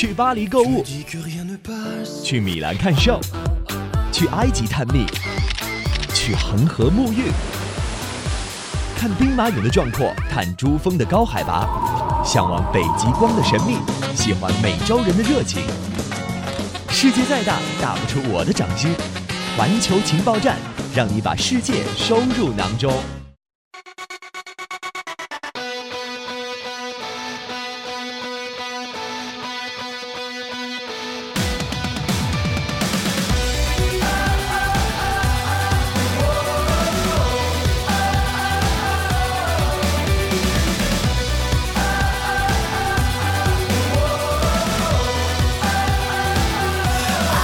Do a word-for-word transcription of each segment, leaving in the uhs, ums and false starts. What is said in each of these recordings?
去巴黎购物，去米兰看秀，去埃及探秘，去恒河沐浴，看兵马俑的壮阔，看珠峰的高海拔，向往北极光的神秘，喜欢美洲人的热情。世界再大，大不出我的掌心。环球情报站，让你把世界收入囊中。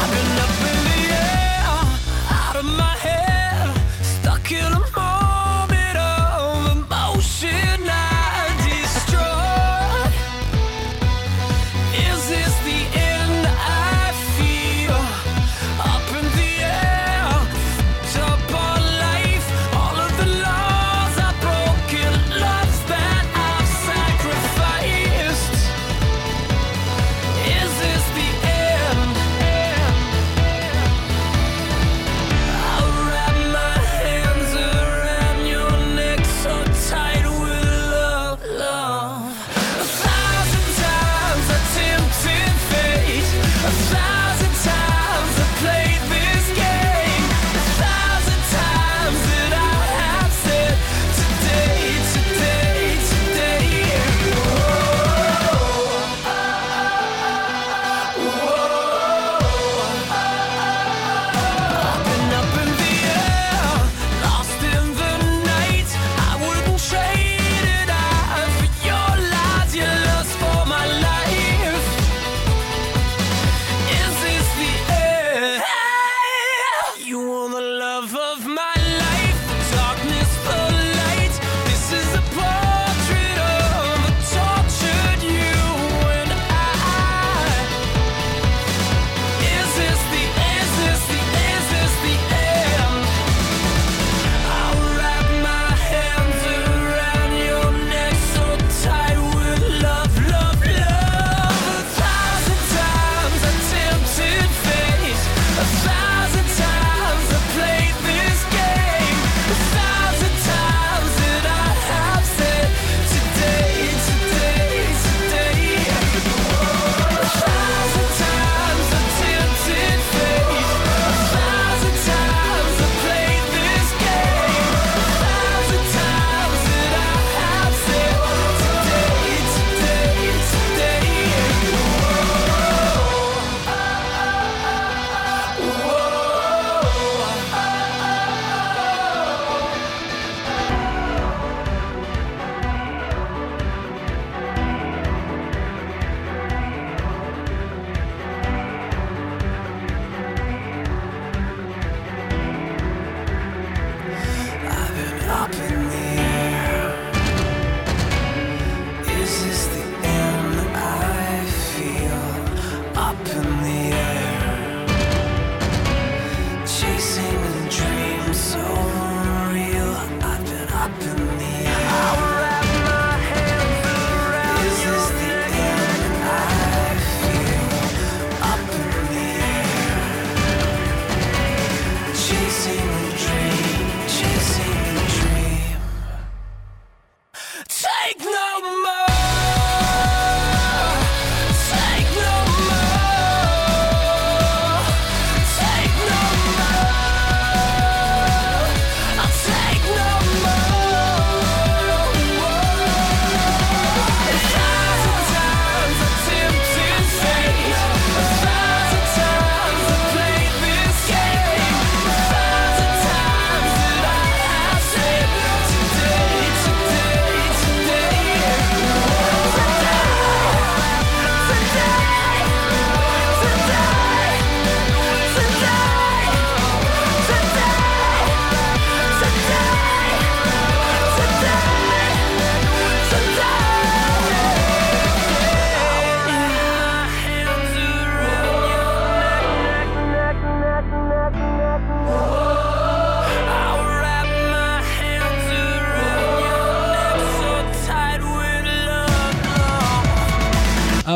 My head stuck in a moment.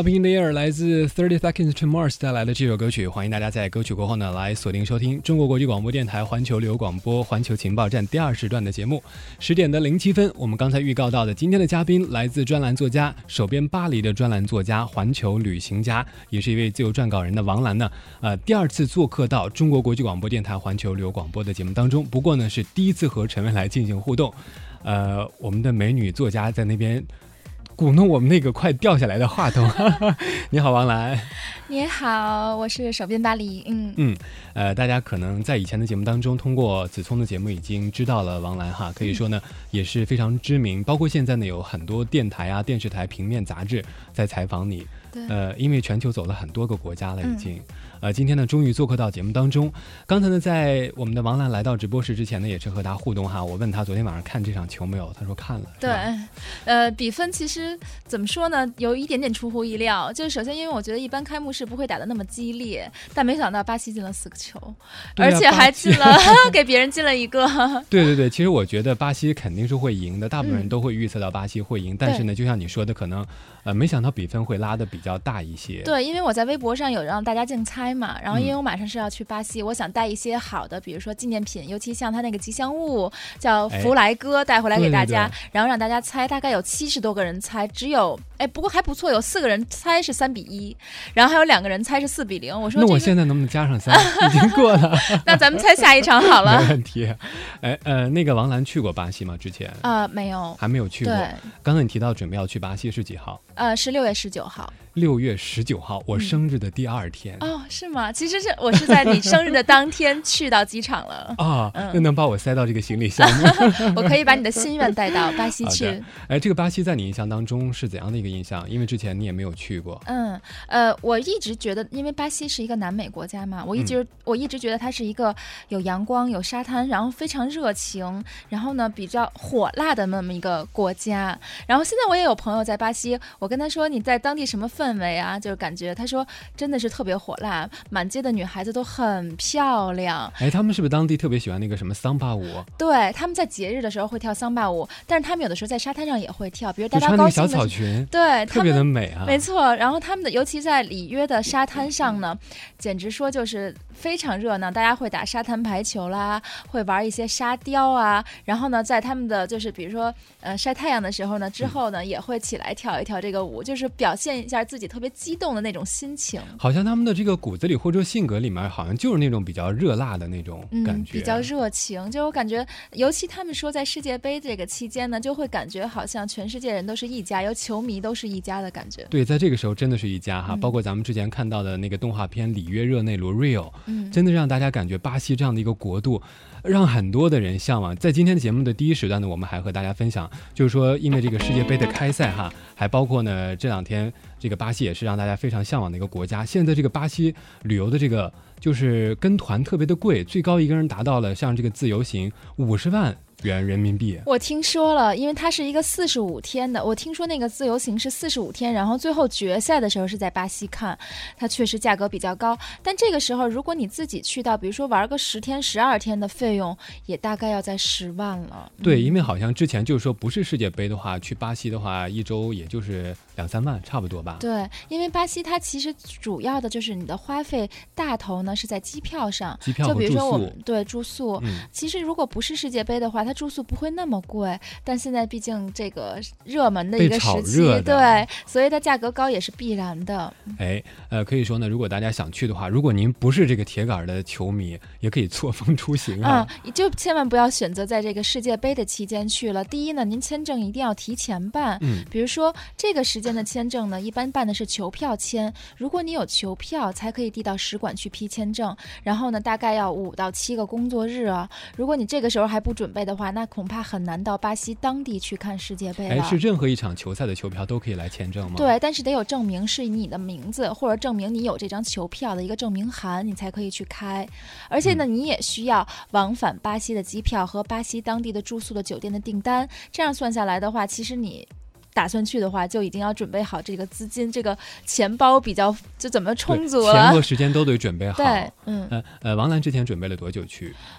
Up in the Air 来自thirty seconds to Mars 带来的这首歌曲，欢迎大家在歌曲过后呢来锁定收听中国国际广播电台环球旅游广播环球情报站第二时段的节目。十点的零七分，我们刚才预告到的今天的嘉宾来自专栏作家手编巴黎的专栏作家环球旅行家，也是一位自由撰稿人的王兰呢，呃，第二次做客到中国国际广播电台环球旅游广播的节目当中，不过呢是第一次和陈蔚来进行互动。呃，我们的美女作家在那边鼓弄我们那个快掉下来的话筒。你好，王兰。 你好，我是手编巴黎。嗯嗯，呃，大家可能在以前的节目当中，通过子聪的节目已经知道了王兰哈，可以说呢、嗯、也是非常知名，包括现在呢有很多电台啊、电视台、平面杂志在采访你。 对， 呃，因为全球走了很多个国家了已经、 嗯、 呃，今天呢终于做客到节目当中。刚才呢在我们的王兰来到直播室之前呢，也是和他互动哈，我问他昨天晚上看这场球没有，他说看了。 对，呃，比分其实怎么说呢，有一点点出乎意料。就是首先因为我觉得一般开幕式不会打得那么激烈，但没想到巴西进了四个球、啊、而且还进了给别人进了一个。 对对对，其实我觉得巴西肯定是会赢的，大部分人都会预测到巴西会赢、嗯、但是呢就像你说的，可能呃没想到比分会拉得比较大一些。 对，因为我在微博上有让大家竞猜嘛，然后因为我马上是要去巴西、嗯、我想带一些好的比如说纪念品，尤其像他那个吉祥物叫弗莱哥带回来给大家、哎、对对对，然后让大家猜，大概有七十多个人猜，只有哎不过还不错，有四个人猜是三比一，然后还有两个人猜是四比零。我说、这个、 那我现在能不能加上三？已经过了。 那咱们猜下一场好了。 没问题。哎呃，那个王兰去过巴西吗？之前啊、呃、没有， 还没有去过。 对， 刚才你提到准备要去巴西是几号？ 呃，是六月十九号。 六月十九号，我生日的第二天、 嗯、哦，是吗？其实是我是在你生日的当天去到机场了啊、嗯，那能把我塞到这个行李箱吗？ 我可以把你的心愿带到巴西去。 哎，这个巴西在你印象当中是怎样的一个印象？因为之前你也没有去过。 嗯，呃，我一直觉得，因为巴西是一个南美国家嘛，我一直、嗯、我一直觉得它是一个有阳光、有沙滩，然后非常热情，然后呢比较火辣的那么一个国家。然后现在我也有朋友在巴西，我跟他说你在当地什么氛围啊？就是感觉他说真的是特别火辣，满街的女孩子都很漂亮。 哎，他们是不是当地特别喜欢那个什么桑巴舞？ 对，他们在节日的时候会跳桑巴舞，但是他们有的时候在沙滩上也会跳，比如大家高兴的就穿那个小草裙， 对， 特别的美啊。 没错，然后他们的尤其在里约的沙滩上呢，简直说就是非常热闹，大家会打沙滩排球啦，会玩一些沙雕啊，然后呢在他们的就是比如说呃晒太阳的时候呢，之后呢、嗯、也会起来跳一跳这个舞，就是表现一下自己特别激动的那种心情。 好像他们的这个骨子里或者性格里面好像就是那种比较热辣的那种感觉、 嗯、比较热情。就我感觉尤其他们说在世界杯这个期间呢，就会感觉好像全世界人都是一家，有球迷都是一家的感觉。 对，在这个时候真的是一家哈、嗯、包括咱们之前看到的那个动画片里约热内卢 Rio、嗯、真的让大家感觉巴西这样的一个国度让很多的人向往。在今天的节目的第一时段呢，我们还和大家分享，就是说因为这个世界杯的开赛哈，还包括呢这两天这个巴西也是让大家非常向往的一个国家。现在这个巴西旅游的这个就是跟团特别的贵，最高一个人达到了像这个自由行五十万元人民币。 我听说了，因为它是一个四十五天的，我听说那个自由行是四十五天，然后最后决赛的时候是在巴西看，它确实价格比较高。但这个时候如果你自己去到比如说玩个十天十二天的费用也大概要在十万了。 对、嗯、因为好像之前就是说不是世界杯的话，去巴西的话一周也就是两三万差不多吧。 对，因为巴西它其实主要的就是你的花费大头呢是在机票上， 机票和就比如说我们住宿对住宿、嗯、其实如果不是世界杯的话，它住宿不会那么贵，但现在毕竟这个热门的一个时期，对，所以它价格高也是必然的。 哎，呃，可以说呢，如果大家想去的话，如果您不是这个铁杆的球迷，也可以错峰出行啊。 嗯，就千万不要选择在这个世界杯的期间去了。第一呢，您签证一定要提前办，嗯，比如说这个时间的签证呢，一般办的是球票签，如果你有球票，才可以递到使馆去批签证，然后呢，大概要五到七个工作日啊。如果你这个时候还不准备的话，那恐怕很难到巴西当地去看世界杯了。 哎，是任何一场球赛的球票都可以来签证吗？ 对，但是得有证明是你的名字，或者证明你有这张球票的一个证明函，你才可以去开。而且呢、嗯、你也需要往返巴西的机票和巴西当地的住宿的酒店的订单，这样算下来的话，其实你打算去的话就已经要准备好这个资金，这个钱包比较就怎么充足了， 钱和时间都得准备好。 对，嗯呃呃，王兰之前准备了多久去？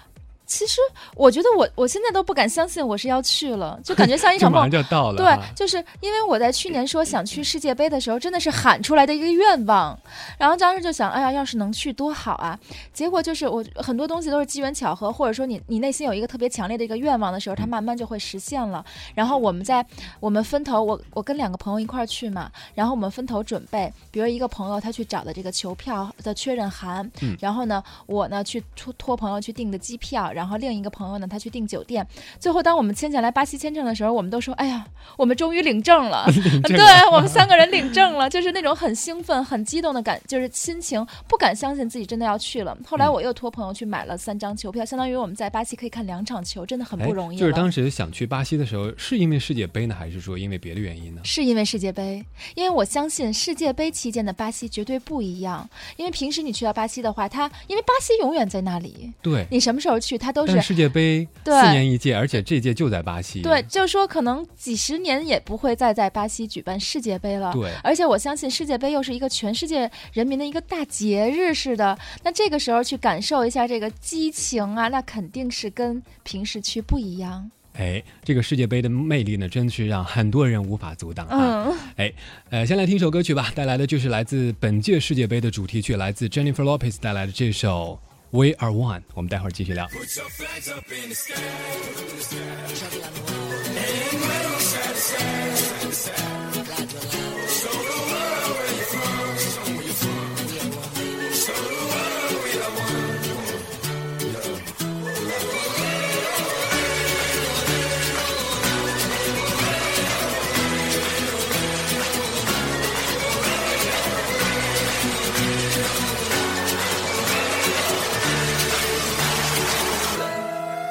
其实我觉得我我现在都不敢相信我是要去了，就感觉像一场梦。 马上就到了。 对，就是因为我在去年说想去世界杯的时候，真的是喊出来的一个愿望，然后当时就想，哎呀，要是能去多好啊！结果就是我很多东西都是机缘巧合，或者说你你内心有一个特别强烈的一个愿望的时候，它慢慢就会实现了。然后我们在我们分头，我我跟两个朋友一块儿去嘛，然后我们分头准备，比如一个朋友他去找的这个球票的确认函， 嗯、 然后呢，我呢去托托朋友去订的机票，然后另一个朋友呢他去订酒店。最后当我们签下来巴西签证的时候，我们都说，哎呀，我们终于领证了。 领证了对，我们三个人领证了，就是那种很兴奋很激动的感，就是心情不敢相信自己真的要去了。后来我又托朋友去买了三张球票，相当于我们在巴西可以看两场球，真的很不容易了。 就是当时想去巴西的时候，是因为世界杯呢，还是说因为别的原因呢？ 是因为世界杯，因为我相信世界杯期间的巴西绝对不一样。因为平时你去到巴西的话，它因为巴西永远在那里， 对， 你什么时候去它都是。 但世界杯四年一届，而且这届就在巴西。 对，就是说可能几十年也不会再在巴西举办世界杯了。 对， 而且我相信世界杯又是一个全世界人民的一个大节日似的，那这个时候去感受一下这个激情啊，那肯定是跟平时去不一样。 哎，这个世界杯的魅力呢，真是让很多人无法阻挡啊！ 嗯， 哎，呃，先来听首歌曲吧，带来的就是来自本届世界杯的主题曲，来自 Jennifer Lopez 带来的这首 We Are One。我们待会儿继续聊。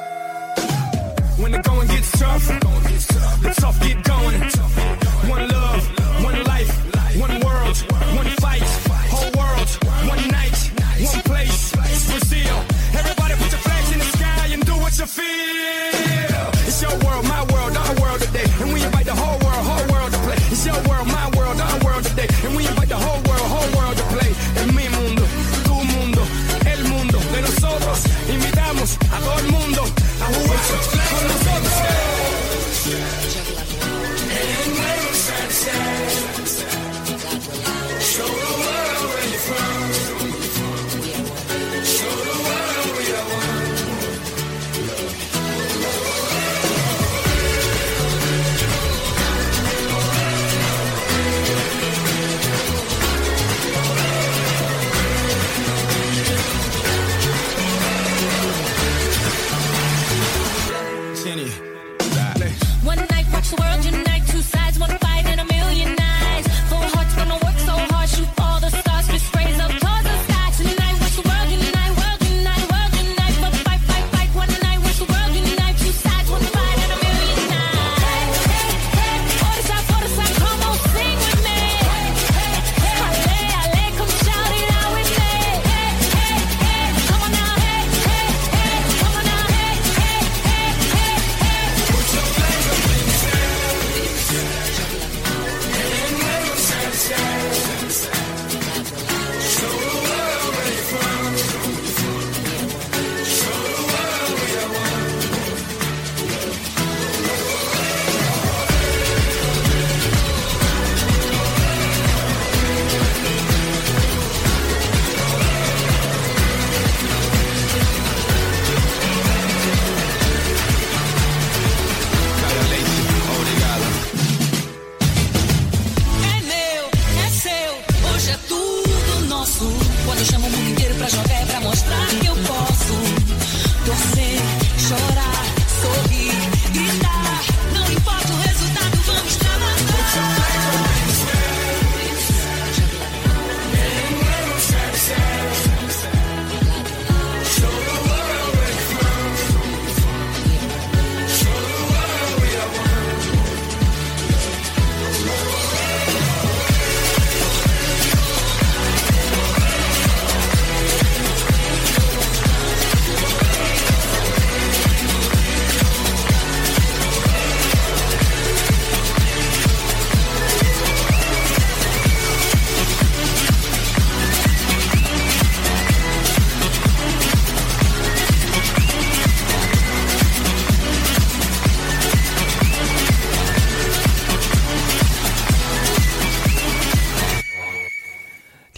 When the going gets tough, the tough get going. One love.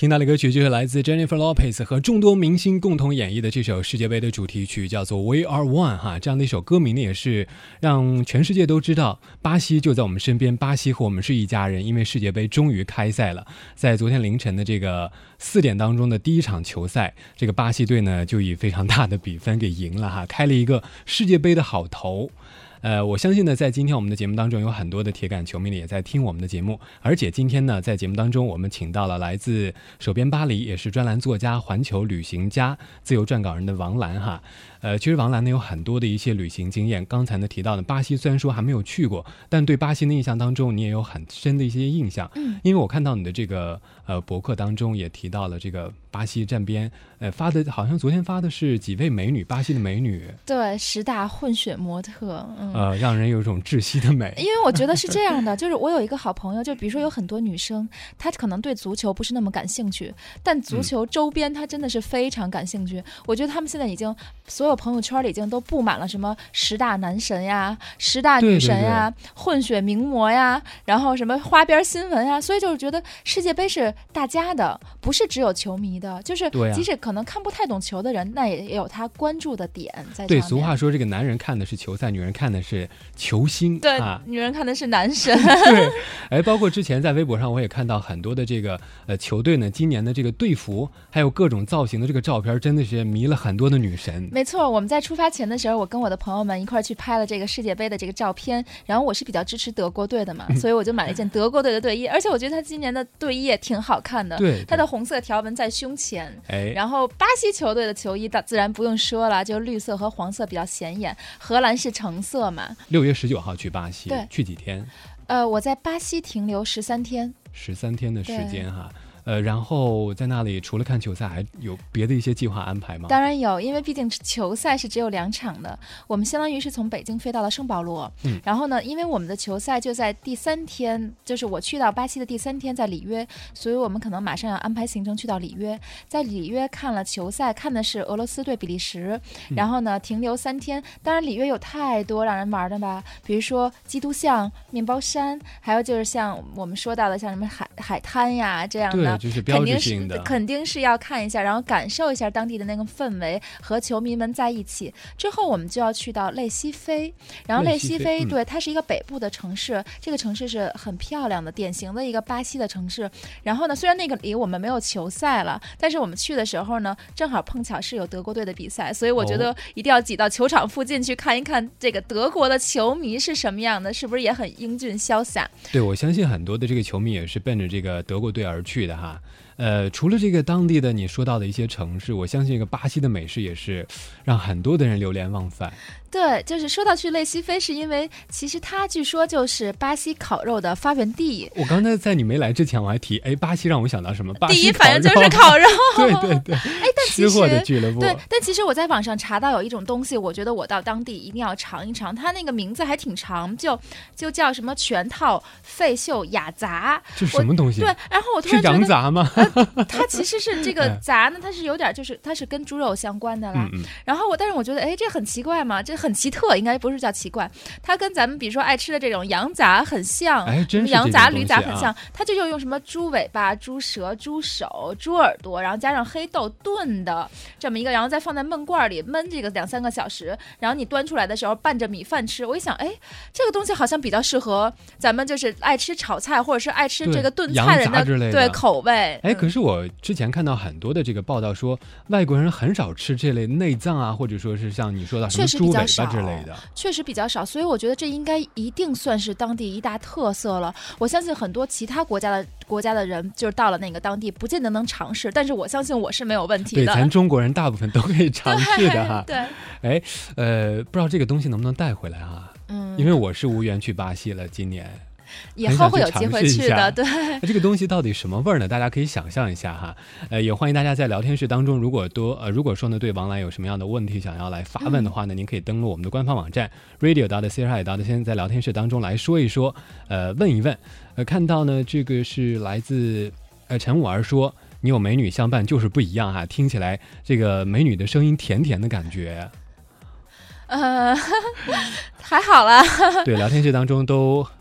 听到的歌曲就是来自 Jennifer Lopez 和众多明星共同演绎的这首世界杯的主题曲，叫做 We Are One 哈，这样的一首歌名呢，也是让全世界都知道巴西就在我们身边，巴西和我们是一家人。因为世界杯终于开赛了，在昨天凌晨的这个四点当中的第一场球赛，这个巴西队呢就以非常大的比分给赢了哈，开了一个世界杯的好头。呃，我相信呢，在今天我们的节目当中，有很多的铁杆球迷呢也在听我们的节目，而且今天呢，在节目当中，我们请到了来自手边巴黎，也是专栏作家、环球旅行家、自由撰稿人的王兰哈。呃，其实王兰呢有很多的一些旅行经验，刚才呢提到的巴西虽然说还没有去过，但对巴西的印象当中，你也有很深的一些印象。嗯，因为我看到你的这个呃博客当中也提到了这个巴西站边，呃发的好像昨天发的是几位美女，巴西的美女， 对，十大混血模特，嗯、 呃，让人有一种窒息的美。 因为我觉得是这样的，就是我有一个好朋友，就比如说有很多女生，她可能对足球不是那么感兴趣，但足球周边她真的是非常感兴趣。嗯、我觉得他们现在已经所有朋友圈里已经都布满了什么十大男神呀、十大女神呀、对对对混血名模呀，然后什么花边新闻呀，所以就是觉得世界杯是大家的，不是只有球迷的，就是即使可能看不太懂球的人，那也有他关注的点在上面。 对，俗话说这个男人看的是球赛，女人看的是球星， 对、 啊， 女人看的是男神。 对，哎，包括之前在微博上我也看到很多的这个呃球队呢，今年的这个队服还有各种造型的这个照片，真的是迷了很多的女神。 没错，我们在出发前的时候，我跟我的朋友们一块去拍了这个世界杯的这个照片，然后我是比较支持德国队的嘛，所以我就买了一件德国队的队衣，而且我觉得他今年的队衣也挺好看的， 对， 它的红色条纹在胸前， 哎， 然后巴西球队的球衣自然不用说了，就绿色和黄色比较显眼，荷兰是橙色嘛。 六月十九号去巴西， 对， 去几天？ 呃，我在巴西停留十三天， 十三天的时间哈。呃，然后在那里除了看球赛，还有别的一些计划安排吗？ 当然有，因为毕竟球赛是只有两场的，我们相当于是从北京飞到了圣保罗。嗯，然后呢，因为我们的球赛就在第三天，就是我去到巴西的第三天在里约，所以我们可能马上要安排行程去到里约，在里约看了球赛，看的是俄罗斯对比利时，然后呢停留三天。当然里约有太多让人玩的吧，比如说基督像、面包山，还有就是像我们说到的像什么海海滩呀这样的。 就是标志性的， 肯定是肯定是要看一下，然后感受一下当地的那个氛围，和球迷们在一起。之后我们就要去到类西菲，然后类西菲，对，它是一个北部的城市，这个城市是很漂亮的，典型的一个巴西的城市。然后呢，虽然那个里我们没有球赛了，但是我们去的时候呢，正好碰巧是有德国队的比赛，所以我觉得一定要挤到球场附近去看一看这个德国的球迷是什么样的，是不是也很英俊潇洒？ 对，我相信很多的这个球迷也是奔着这个德国队而去的哈。呃，除了这个当地的你说到的一些城市，我相信这个巴西的美食也是让很多的人流连忘返。 对，就是说到去类西菲，是因为其实它据说就是巴西烤肉的发源地。 我刚才在你没来之前我还提，哎，巴西让我想到什么？巴西第一反应就是烤肉。 对对对， 哎，但其实吃货的俱乐部。 对，但其实我在网上查到有一种东西，我觉得我到当地一定要尝一尝，它那个名字还挺长，就就叫什么全套费秀雅杂。 这是什么东西？ 对，然后我突然觉得是羊杂吗？ 呃、它其实是这个杂呢，它是有点就是它是跟猪肉相关的啦。嗯嗯然后我但是我觉得，哎，这很奇怪嘛，这很奇特，应该不是叫奇怪，它跟咱们比如说爱吃的这种羊杂很像， 哎，真是羊杂、驴杂很像，它就用什么猪尾巴、猪舌、猪手、猪耳朵，然后加上黑豆炖的这么一个，然后再放在焖罐里焖这个两三个小时，然后你端出来的时候拌着米饭吃。我一想，哎，这个东西好像比较适合咱们就是爱吃炒菜或者是爱吃这个炖菜人的对, 对口味。 哎，可是我之前看到很多的这个报道说，外国人很少吃这类内脏啊，或者说是像你说的什么猪尾巴之类的， 确实比较少，所以我觉得这应该一定算是当地一大特色了。我相信很多其他国家的国家的人，就是到了那个当地，不见得能尝试，但是我相信我是没有问题的。 对，咱中国人大部分都可以尝试的哈。 对， 哎，呃，不知道这个东西能不能带回来啊？嗯，因为我是无缘去巴西了，今年。 以后会有机会去的，对。 这个东西到底什么味儿呢？大家可以想象一下哈。呃，也欢迎大家在聊天室当中，如果多呃，如果说呢对王兰有什么样的问题想要来发问的话呢，嗯、您可以登录我们的官方网站 radio dot c r i dot c n， 在聊天室当中来说一说，呃，问一问。呃，看到呢，这个是来自呃陈武儿说，你有美女相伴就是不一样哈，听起来这个美女的声音甜甜的感觉。 呃，还好啦。 对，聊天室当中都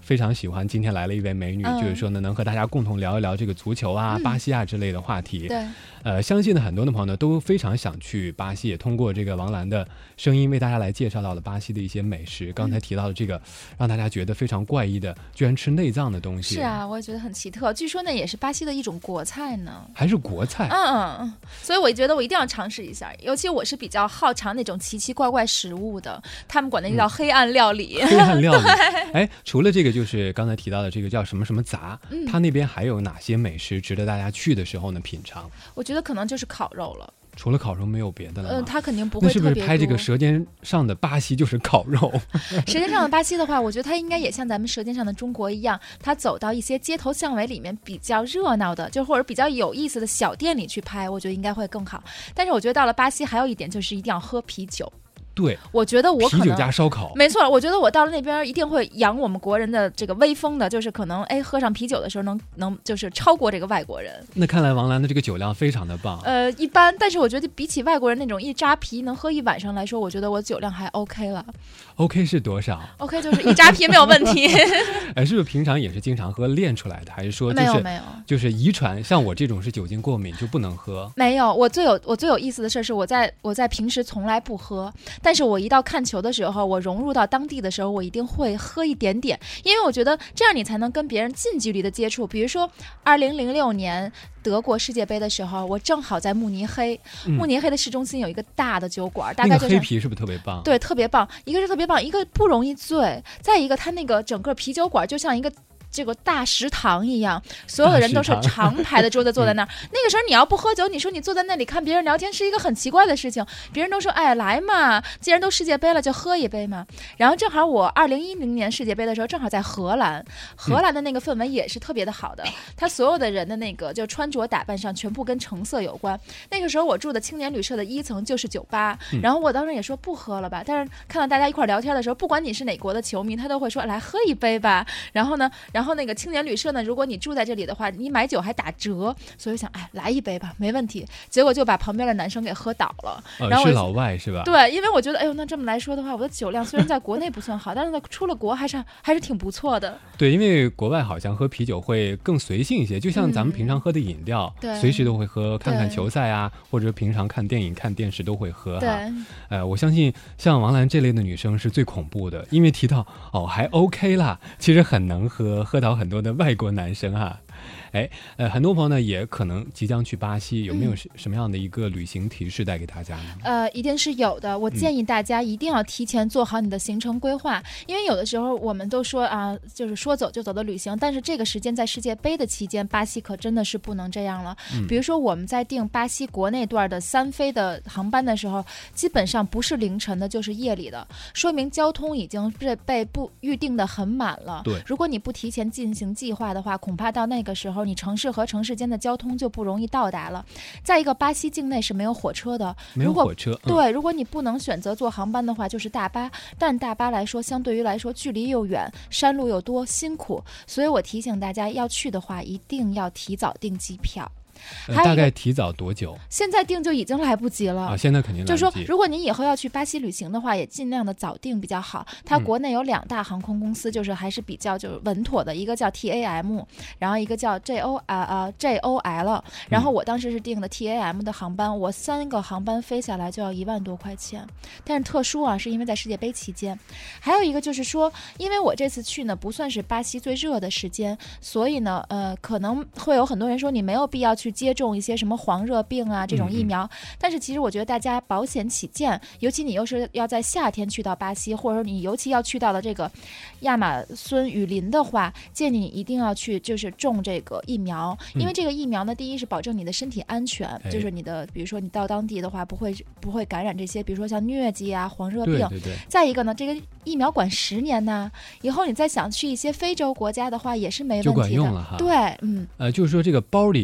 非常喜欢今天来了一位美女， 嗯、 就是说呢，能和大家共同聊一聊这个足球啊、 嗯、 巴西啊之类的话题。 对， 呃，相信呢很多的朋友呢都非常想去巴西，也通过这个王兰的声音为大家来介绍到了巴西的一些美食。刚才提到的这个，让大家觉得非常怪异的，居然吃内脏的东西。 是啊，我也觉得很奇特。据说呢，也是巴西的一种国菜呢， 还是国菜。 嗯嗯嗯，所以我觉得我一定要尝试一下。尤其我是比较好尝那种奇奇怪怪食物的，他们管那叫黑暗料理。 嗯、黑暗料理。哎，除了这个，就是刚才提到的这个叫什么什么杂， 嗯、 它那边还有哪些美食值得大家去的时候呢品尝？ 我觉得可能就是烤肉了。 除了烤肉没有别的了吗？ 嗯、呃，它肯定不会特别多。那是不是拍这个《舌尖上的巴西》就是烤肉？ 舌尖上的巴西的话，我觉得它应该也像咱们《舌尖上的中国》一样，它走到一些街头巷尾里面比较热闹的，就或者比较有意思的小店里去拍，我觉得应该会更好。但是我觉得到了巴西还有一点就是一定要喝啤酒。 对， 我觉得我可能啤酒加烧烤， 没错。我觉得我到了那边一定会扬我们国人的这个威风的，就是可能哎喝上啤酒的时候能能就是超过这个外国人。 那看来王兰的这个酒量非常的棒。 呃，一般，但是我觉得比起外国人那种一扎啤能喝一晚上来说，我觉得我酒量还 OK 了。 OK 是多少 ？OK 就是一扎啤没有问题。 哎，是不是平常也是经常喝练出来的，还是说、就是、 没有没有， 就是遗传？像我这种是酒精过敏就不能喝？ 没有，我最有我最有意思的事是我在我在平时从来不喝，但是我一到看球的时候，我融入到当地的时候，我一定会喝一点点，因为我觉得这样你才能跟别人近距离的接触。比如说，二零零六年德国世界杯的时候，我正好在慕尼黑，嗯、慕尼黑的市中心有一个大的酒馆，大概就是、 那个、黑啤是不是特别棒？ 对，特别棒。一个是特别棒，一个不容易醉，再一个它那个整个啤酒馆就像一个。这个大食堂一样，所有的人都是长排的桌子坐在那儿。那个时候你要不喝酒，你说你坐在那里看别人聊天是一个很奇怪的事情。别人都说，哎，来嘛，既然都世界杯了，就喝一杯嘛。然后正好我二零一零年世界杯的时候，正好在荷兰，荷兰的那个氛围也是特别的好的。他所有的人的那个就穿着打扮上全部跟橙色有关。那个时候我住的青年旅社的一层就是酒吧，然后我当时也说不喝了吧，但是看到大家一块聊天的时候，不管你是哪国的球迷，他都会说来喝一杯吧。然后呢，然后。然后那个青年旅社呢，如果你住在这里的话，你买酒还打折，所以想，哎，来一杯吧，没问题。结果就把旁边的男生给喝倒了。 呃、 然后是老外是吧？ 对，因为我觉得，哎呦，那这么来说的话，我的酒量虽然在国内不算好，但是在出了国还是还是挺不错的。 对，因为国外好像喝啤酒会更随性一些，就像咱们平常喝的饮料， 嗯、 随时都会喝，看看球赛啊，或者平常看电影、看电视都会喝哈。 对， 呃，我相信像王兰这类的女生是最恐怖的，因为提到哦还 OK 啦，其实很能喝，喝倒很多的外国男生哈。哎，呃，很多朋友呢也可能即将去巴西，有没有什么样的一个旅行提示带给大家呢？ 呃，一定是有的。我建议大家一定要提前做好你的行程规划，嗯、因为有的时候我们都说啊，就是说走就走的旅行，但是这个时间在世界杯的期间，巴西可真的是不能这样了。嗯、比如说我们在订巴西国内段的三飞的航班的时候，基本上不是凌晨的，就是夜里的，说明交通已经被被不预定的很满了。 对， 如果你不提前进行计划的话，恐怕到那个时候你城市和城市间的交通就不容易到达了。再一个，巴西境内是没有火车的， 没有火车。 嗯、对，如果你不能选择坐航班的话，就是大巴。但大巴来说，相对于来说距离又远，山路又多，辛苦。所以我提醒大家，要去的话一定要提早订机票。 呃、大概提早多久？ 现在订就已经来不及了啊！现在肯定来不及。 就是说，如果您以后要去巴西旅行的话，也尽量的早订比较好。它国内有两大航空公司，就是还是比较就是稳妥的，一个叫 T A M， 然后一个叫 J O 啊啊 J O L。然后我当时是订的 T A M 的航班，我三个航班飞下来就要一万多块钱。但是特殊啊，是因为在世界杯期间。还有一个就是说，因为我这次去呢不算是巴西最热的时间，所以呢，呃，可能会有很多人说你没有必要去接种一些什么黄热病啊这种疫苗，嗯嗯但是其实我觉得大家保险起见，尤其你又是要在夏天去到巴西，或者说你尤其要去到了这个亚马孙雨林的话，建议你一定要去就是种这个疫苗，因为这个疫苗呢，第一是保证你的身体安全，嗯、就是你的比如说你到当地的话不会不会感染这些，比如说像疟疾啊、黄热病。 对对对。 再一个呢，这个疫苗管十年呢，以后你再想去一些非洲国家的话，也是没问题的。 就管用了哈。 对，嗯。 呃，就是说这个包里大家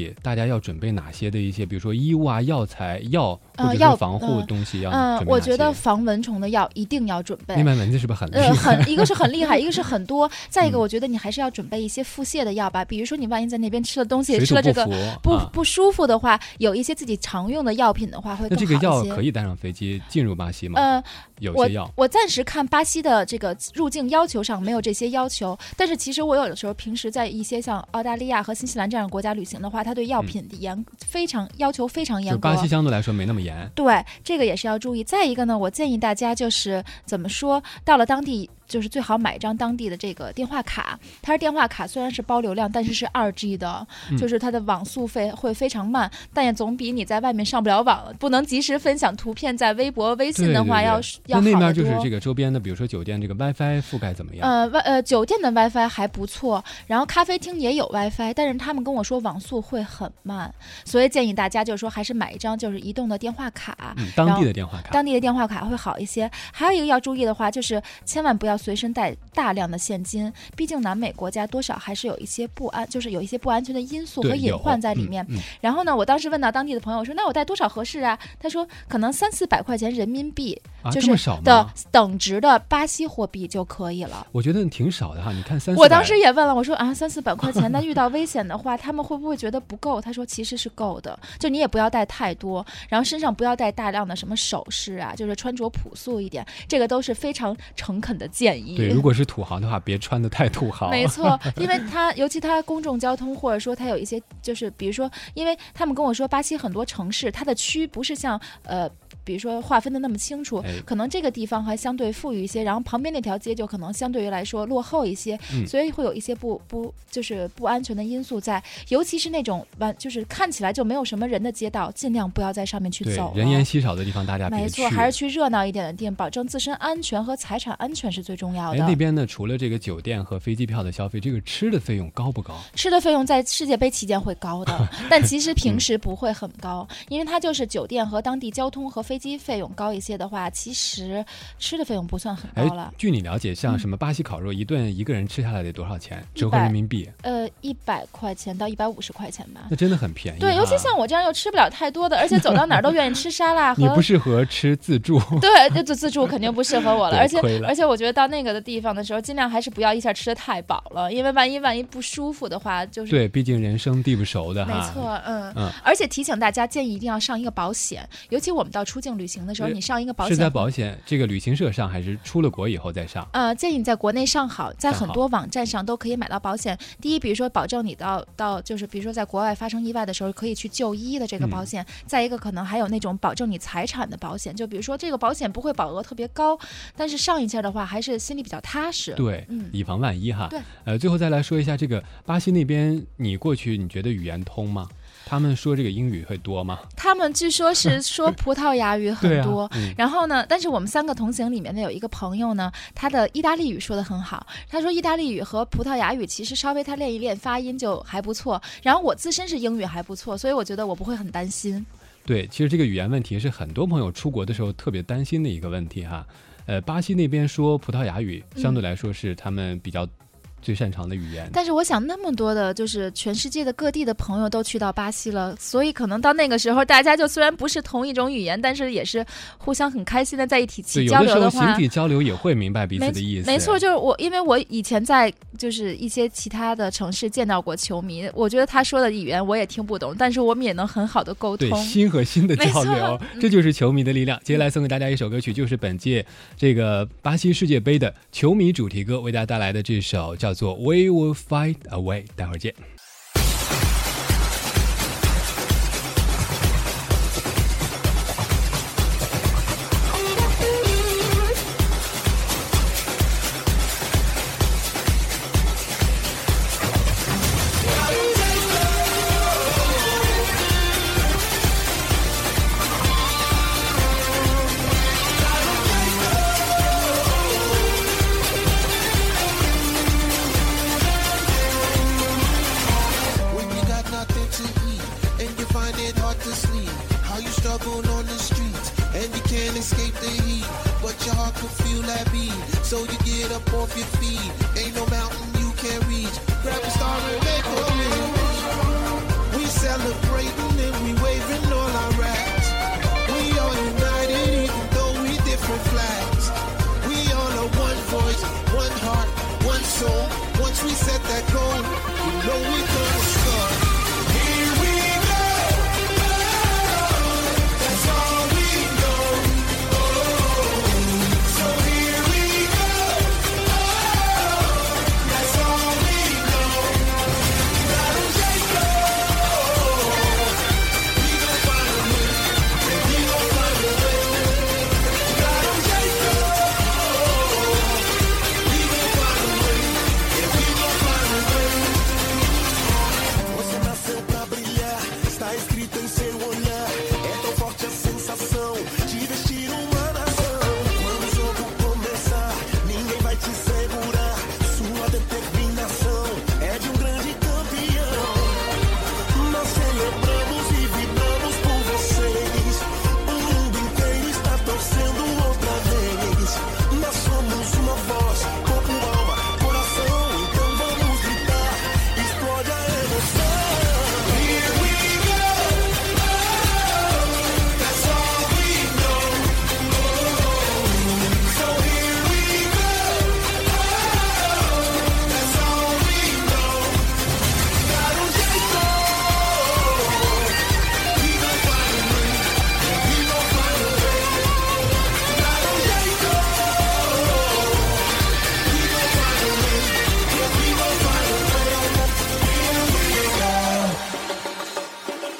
要准备哪些的一些，比如说衣物啊、药材、药或者是防护东西要准备哪些？ 嗯、呃，我觉得防蚊虫的药一定要准备。 那边蚊子是不是很厉害？ 呃，很一个是很厉害，一个是很多。再一个，我觉得你还是要准备一些腹泻的药吧。比如说你万一在那边吃了东西，吃了这个不、啊、不舒服的话，有一些自己常用的药品的话会更好一些。 那这个药可以带上飞机进入巴西吗？ 呃， 有些药我我暂时看巴西的这个入境要求上没有这些要求，但是其实我有的时候平时在一些像澳大利亚和新西兰这样的国家旅行的话，它对药品的严、嗯、非常要求非常严格。 巴西相对来说没那么严。 对，这个也是要注意。再一个呢，我建议大家就是怎么说，到了当地就是最好买一张当地的这个电话卡。它是电话卡，虽然是包流量，但是是 二 G 的、嗯、就是它的网速费会非常慢，但也总比你在外面上不了网，不能及时分享图片在微博微信的话要对对对要好得多。 那那边就是这个周边的比如说酒店这个 WiFi 覆盖怎么样？ 呃呃，酒店的 WiFi 还不错，然后咖啡厅也有 WiFi， 但是他们跟我说网速会很慢，所以建议大家就是说还是买一张就是移动的电话卡、 嗯、当地的电话卡当地的电话卡会好一些。还有一个要注意的话，就是千万不要随身带大量的现金，毕竟南美国家多少还是有一些不安，就是有一些不安全的因素和隐患在里面、嗯嗯、然后呢我当时问到当地的朋友说那我带多少合适啊？他说可能三四百块钱人民币、 啊、 就是的等值的巴西货币就可以了。 我觉得挺少的哈，你看三四百， 我当时也问了，我说啊三四百块钱那遇到危险的话他们会不会觉得不够？他说其实是够的，就你也不要带太多，然后身上不要带大量的什么首饰啊，就是穿着朴素一点，这个都是非常诚恳的建议。 对，如果是土豪的话别穿得太土豪。 没错，因为他尤其他公众交通或者说他有一些就是比如说，因为他们跟我说巴西很多城市它的区不是像呃比如说划分的那么清楚、哎、可能这个地方还相对富裕一些，然后旁边那条街就可能相对于来说落后一些、嗯、所以会有一些不不就是不安全的因素在，尤其是那种就是看起来就没有什么人的街道，尽量不要在上面去走， 人烟稀少的地方大家别去。 没错，还是去热闹一点的店，保证自身安全和财产安全是最重要的。 哎，那边呢除了这个酒店和飞机票的消费，这个吃的费用高不高？ 吃的费用在世界杯期间会高的但其实平时不会很高、嗯、因为它就是酒店和当地交通和飞机费用高一些的话，其实吃的费用不算很高了。 据你了解，像什么巴西烤肉、嗯、一顿一个人吃下来得多少钱？折合人民币？呃， 一百块钱到一百五十块钱吧。 那真的很便宜。 对，尤其像我这样又吃不了太多的，而且走到哪儿都愿意吃沙拉和。 你不适合吃自助。 对，就自助肯定不适合我了。而且而且我觉得到那个的地方的时候，尽量还是不要一下吃的太饱了，因为万一万一不舒服的话，就是对，毕竟人生地不熟的哈。 没错，嗯嗯。而且提醒大家，建议一定要上一个保险，尤其我们到出境旅行的时候，你上一个保险。 是在保险这个旅行社上，还是出了国以后再上？ 呃，建议你在国内上好，在很多网站上都可以买到保险。第一，比如说保证你到到就是比如说在国外发生意外的时候可以去就医的这个保险、嗯、再一个可能还有那种保证你财产的保险，就比如说这个保险不会保额特别高，但是上一下的话还是心里比较踏实。 对、嗯、以防万一哈。 对， 呃，最后再来说一下这个巴西那边，你过去你觉得语言通吗？他们说这个英语会多吗？ 他们据说是说葡萄牙语很多、 啊嗯、 然后呢但是我们三个同行里面的有一个朋友呢，他的意大利语说得很好，他说意大利语和葡萄牙语其实稍微他练一练发音就还不错，然后我自身是英语还不错，所以我觉得我不会很担心。 对，其实这个语言问题是很多朋友出国的时候特别担心的一个问题哈。呃，巴西那边说葡萄牙语相对来说是他们比较最擅长的语言、嗯、 但是我想那么多的就是全世界的各地的朋友都去到巴西了，所以可能到那个时候大家就虽然不是同一种语言，但是也是互相很开心的在一起去交流的话， 有的时候形体交流也会明白彼此的意思。 没错，就是我因为我以前在就是一些其他的城市见到过球迷，我觉得他说的语言我也听不懂，但是我们也能很好的沟通， 对，心和心的交流，这就是球迷的力量、嗯、接下来送给大家一首歌曲，就是本届这个巴西世界杯的球迷主题歌，为大家带来的这首叫做 We Will Fight Away， 待会儿见。 Escape the heat, but your heart could feel that beat. So you get up off your feet. Ain't no mountain you can't reach. Grab a star and make a wish. We celebrating and we waving all our rags. We all united even though we different flags. We all are one voice, one heart, one soul. Once we set that goal, you know we're gonna start. Here we go. That's all we know. So here we go. That's all we know. Daron jeito. We gon' find a way. We gon' find a way. Daron jeito. We gon' find a way. Yeah, we gon' find a way. Você nasceu pra brilhar, está escrito em seu olhar. É tão forte a sensação de vestir uma nação. Quando o jogo começar, ninguém vai te segurar. Sua determinação é de um grande campeão. Nós celebramos e vibramos por vocês. O mundo inteiro está torcendo outra vez. Nós somos uma voz, corpo, alma, coração. Então vamos gritar, explode a emoção. Here we go. That's all we know. So here we go. That's all we know. Daron jeito. We gon' find a way. We gon' find a way. Daron jeito. We gon' find a way. Yeah, we gon' find a way. Here we go.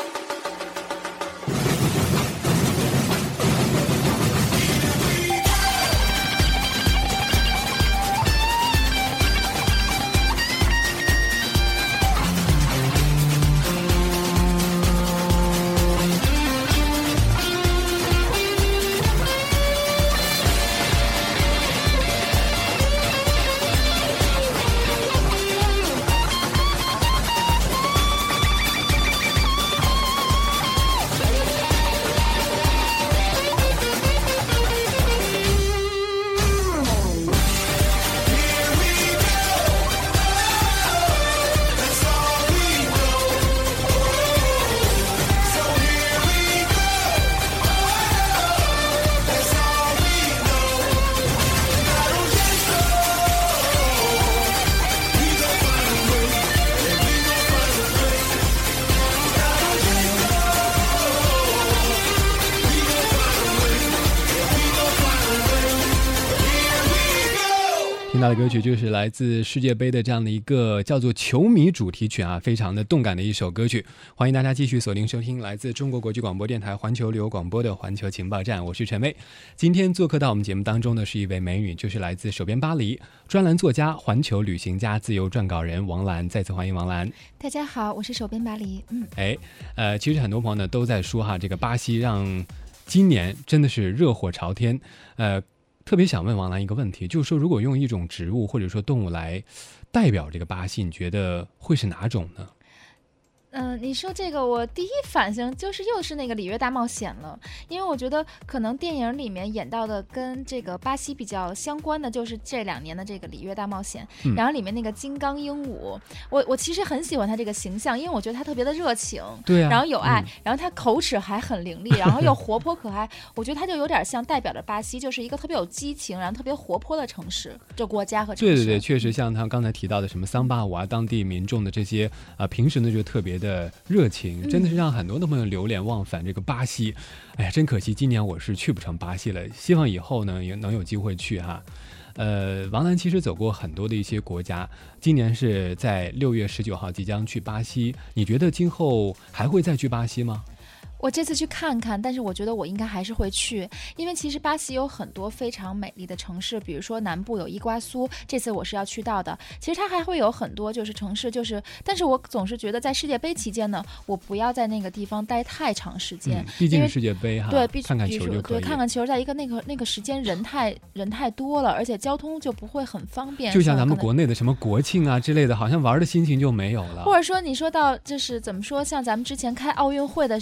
That's all we know. So here we go. That's all we know. Daron jeito. We gon' find a way. Yeah, we gon' find a way. Daron jeito. We gon' find a way. Yeah, we gon' find a way. Here we go. 听到的歌曲就是来自世界杯的这样的一个叫做球迷主题曲啊，非常的动感的一首歌曲。欢迎大家继续锁定收听来自中国国际广播电台环球旅游广播的环球情报站，我是陈薇。今天做客到我们节目当中的是一位美女，就是来自手边巴黎，专栏作家、环球旅行家、自由撰稿人王兰。再次欢迎王兰。 大家好，我是手边巴黎。嗯， 哎，呃，其实很多朋友呢都在说哈，这个巴西让今年真的是热火朝天。呃，特别想问王兰一个问题，就是说，如果用一种植物或者说动物来代表这个巴西，你觉得会是哪种呢？ 嗯、你说这个，我第一反应就是又是那个里约大冒险了，因为我觉得可能电影里面演到的跟这个巴西比较相关的，就是这两年的这个里约大冒险。 嗯然后里面那个金刚鹦鹉，我我其实很喜欢他这个形象，因为我觉得他特别的热情， 对啊， 然后有爱， 嗯然后他口齿还很伶俐，然后又活泼可爱，我觉得他就有点像代表着巴西，就是一个特别有激情，然后特别活泼的城市，就国家和城市。 对对对，确实像他刚才提到的什么桑巴舞啊，当地民众的这些啊、呃平时呢就特别的热情，真的是让很多的朋友流连忘返这个巴西。哎呀，真可惜，今年我是去不成巴西了，希望以后呢也能有机会去哈。呃，王兰其实走过很多的一些国家，今年是在六月十九号即将去巴西，你觉得今后还会再去巴西吗？ 我这次去看看，但是我觉得我应该还是会去，因为其实巴西有很多非常美丽的城市，比如说南部有伊瓜苏，这次我是要去到的。其实它还会有很多就是城市，就是但是我总是觉得在世界杯期间呢，我不要在那个地方待太长时间， 嗯、毕竟是世界杯哈， 对，必须看看球就可以。 对，看看球，在一个那个那个时间人太人太多了，而且交通就不会很方便。 就像咱们国内的什么国庆啊之类的，好像玩的心情就没有了。 或者说你说到就是怎么说，像咱们之前开奥运会的时候，那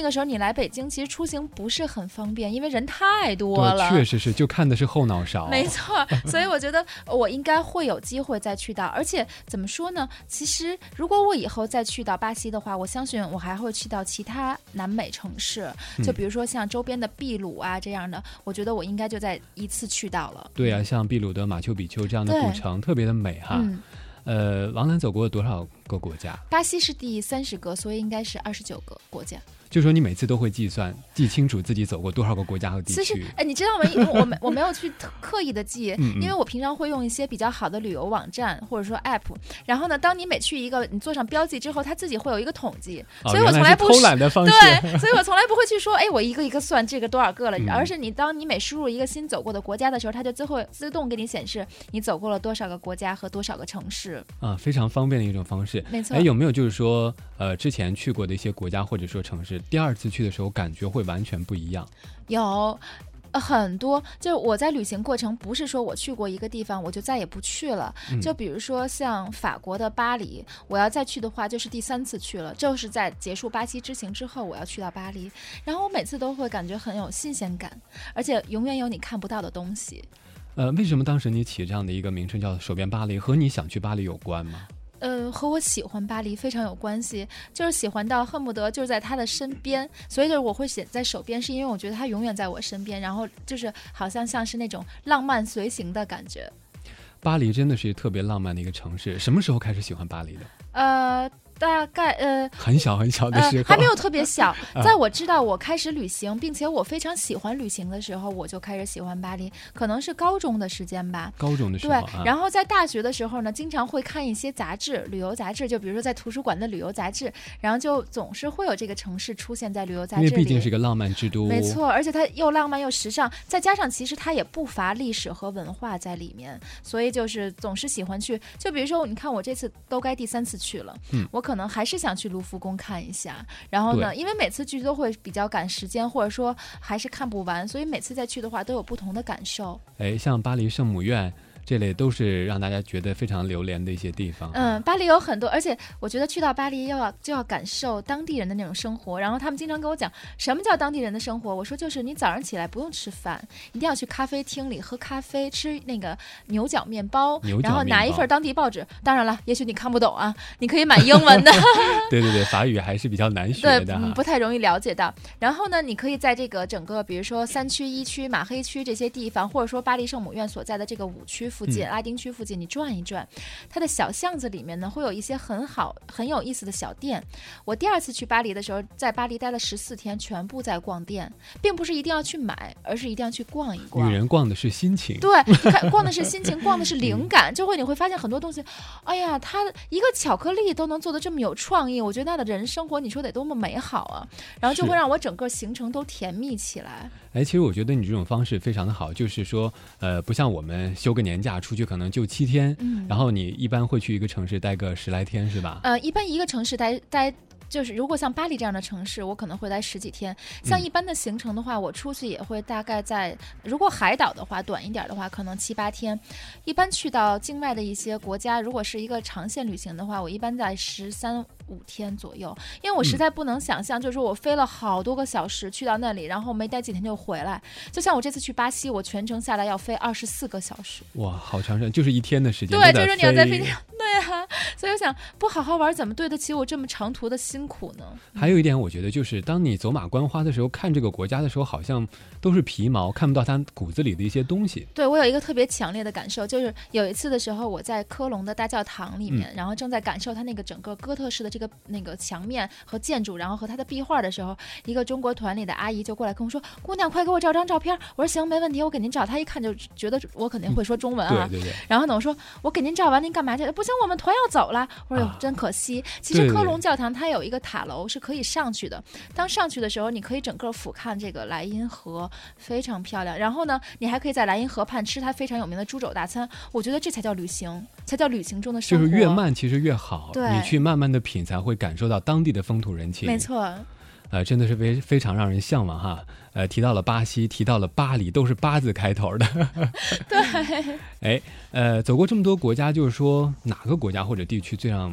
个时候你来北京，其实出行不是很方便，因为人太多了。 对，确实是，就看的是后脑勺。 没错，所以我觉得我应该会有机会再去到。而且怎么说呢？其实如果我以后再去到巴西的话，我相信我还会去到其他南美城市，就比如说像周边的秘鲁啊这样的，我觉得我应该就在一次去到了。 对啊，像秘鲁的马丘比丘这样的古城特别的美哈。嗯呃，王楠走过多少个国家？ 巴西是第三十个，所以应该是二十九个国家。 就说你每次都会计算记清楚自己走过多少个国家和地区。 其实，哎，你知道吗？我没我没有去刻意的记， 嗯嗯因为我平常会用一些比较好的旅游网站或者说 app。然后呢，当你每去一个，你做上标记之后，它自己会有一个统计。 哦、 所以我从来不偷懒的方式。 对，所以我从来不会去说，哎，我一个一个算这个多少个了， 嗯、 而是你当你每输入一个新走过的国家的时候，它就最后自动给你显示你走过了多少个国家和多少个城市。 啊，非常方便的一种方式。 没错。 哎，有没有就是说，呃，之前去过的一些国家或者说城市，第二次去的时候？感觉会完全不一样。 有呃很多，就是我在旅行过程不是说我去过一个地方我就再也不去了、嗯、就比如说像法国的巴黎，我要再去的话就是第三次去了，就是在结束巴西之行之后我要去到巴黎，然后我每次都会感觉很有新鲜感，而且永远有你看不到的东西。 呃，为什么当时你起这样的一个名称叫手边巴黎，和你想去巴黎有关吗？ 呃，和我喜欢巴黎非常有关系，就是喜欢到恨不得就是在他的身边，所以就是我会写在手边，是因为我觉得他永远在我身边，然后就是好像像是那种浪漫随行的感觉。 巴黎真的是特别浪漫的一个城市，什么时候开始喜欢巴黎的？ 呃。大概呃很小很小的时候、 呃、还没有特别小在我知道我开始旅行并且我非常喜欢旅行的时候，我就开始喜欢巴黎，可能是高中的时间吧。 高中的时候、 对、 啊、 然后在大学的时候呢，经常会看一些杂志，旅游杂志，就比如说在图书馆的旅游杂志，然后就总是会有这个城市出现在旅游杂志里， 因为毕竟是一个浪漫之都。 没错，而且它又浪漫又时尚，再加上其实它也不乏历史和文化在里面，所以就是总是喜欢去。就比如说你看我这次都该第三次去了、嗯、我可能还是想去卢浮宫看一下，然后呢因为每次去都会比较赶时间，或者说还是看不完，所以每次再去的话都有不同的感受。 哎，像巴黎圣母院这类都是让大家觉得非常流连的一些地方。 嗯，巴黎有很多，而且我觉得去到巴黎要就要感受当地人的那种生活，然后他们经常跟我讲什么叫当地人的生活，我说就是你早上起来不用吃饭，一定要去咖啡厅里喝咖啡，吃那个牛角面包， 牛角面包， 然后拿一份当地报纸，当然了也许你看不懂啊，你可以买英文的对对对，法语还是比较难学的， 对、嗯、不太容易了解到。然后呢你可以在这个整个比如说三区一区马黑区这些地方，或者说巴黎圣母院所在的这个五区附近、嗯、拉丁区附近，你转一转，它的小巷子里面呢会有一些很好很有意思的小店。我第二次去巴黎的时候，在巴黎待了十四天，全部在逛店，并不是一定要去买，而是一定要去逛一逛。 女人逛的是心情， 对，你看逛的是心情，逛的是灵感，就会你会发现很多东西，哎呀，它一个巧克力都能做得这么有创意，我觉得那的人生活你说得多么美好啊，然后就会让我整个行程都甜蜜起来。 哎，其实我觉得你这种方式非常的好，就是说呃，不像我们休个年假出去可能就七天、嗯、然后你一般会去一个城市待个十来天是吧？ 呃，一般一个城市待待就是如果像巴黎这样的城市，我可能会待十几天。像一般的行程的话、嗯、我出去也会大概在，如果海岛的话短一点的话可能七八天。一般去到境外的一些国家，如果是一个长线旅行的话，我一般在十三五天左右，因为我实在不能想象、嗯、就是说我飞了好多个小时去到那里，然后没待几天就回来。就像我这次去巴西，我全程下来要飞二十四个小时。 哇，好长时间，就是一天的时间。 对，就是你要在飞机上。对啊，所以我想不好好玩怎么对得起我这么长途的辛苦呢？ 还有一点我觉得就是当你走马观花的时候，看这个国家的时候好像都是皮毛，看不到它骨子里的一些东西。 对，我有一个特别强烈的感受，就是有一次的时候我在科隆的大教堂里面、嗯、然后正在感受它那个整个哥特式的这个那个墙面和建筑，然后和它的壁画的时候，一个中国团里的阿姨就过来跟我说，姑娘快给我照张照片。我说行没问题，我给您照。她一看就觉得我肯定会说中文啊、 嗯、对对对。 然后呢我说我给您照完您干嘛去？不行我们团要走了。我说、啊、真可惜。其实科隆教堂它有一个塔楼是可以上去的，当上去的时候你可以整个俯瞰这个莱茵河，非常漂亮。然后呢你还可以在莱茵河畔吃它非常有名的猪肘大餐，我觉得这才叫旅行，才叫旅行中的生活。 就是越慢其实越好， 对， 你去慢慢的品才会感受到当地的风土人情。 没错， 呃，真的是非非常让人向往哈。呃，提到了巴西，提到了巴黎，都是八字开头的。 对。 哎，呃，走过这么多国家，就是说哪个国家或者地区最让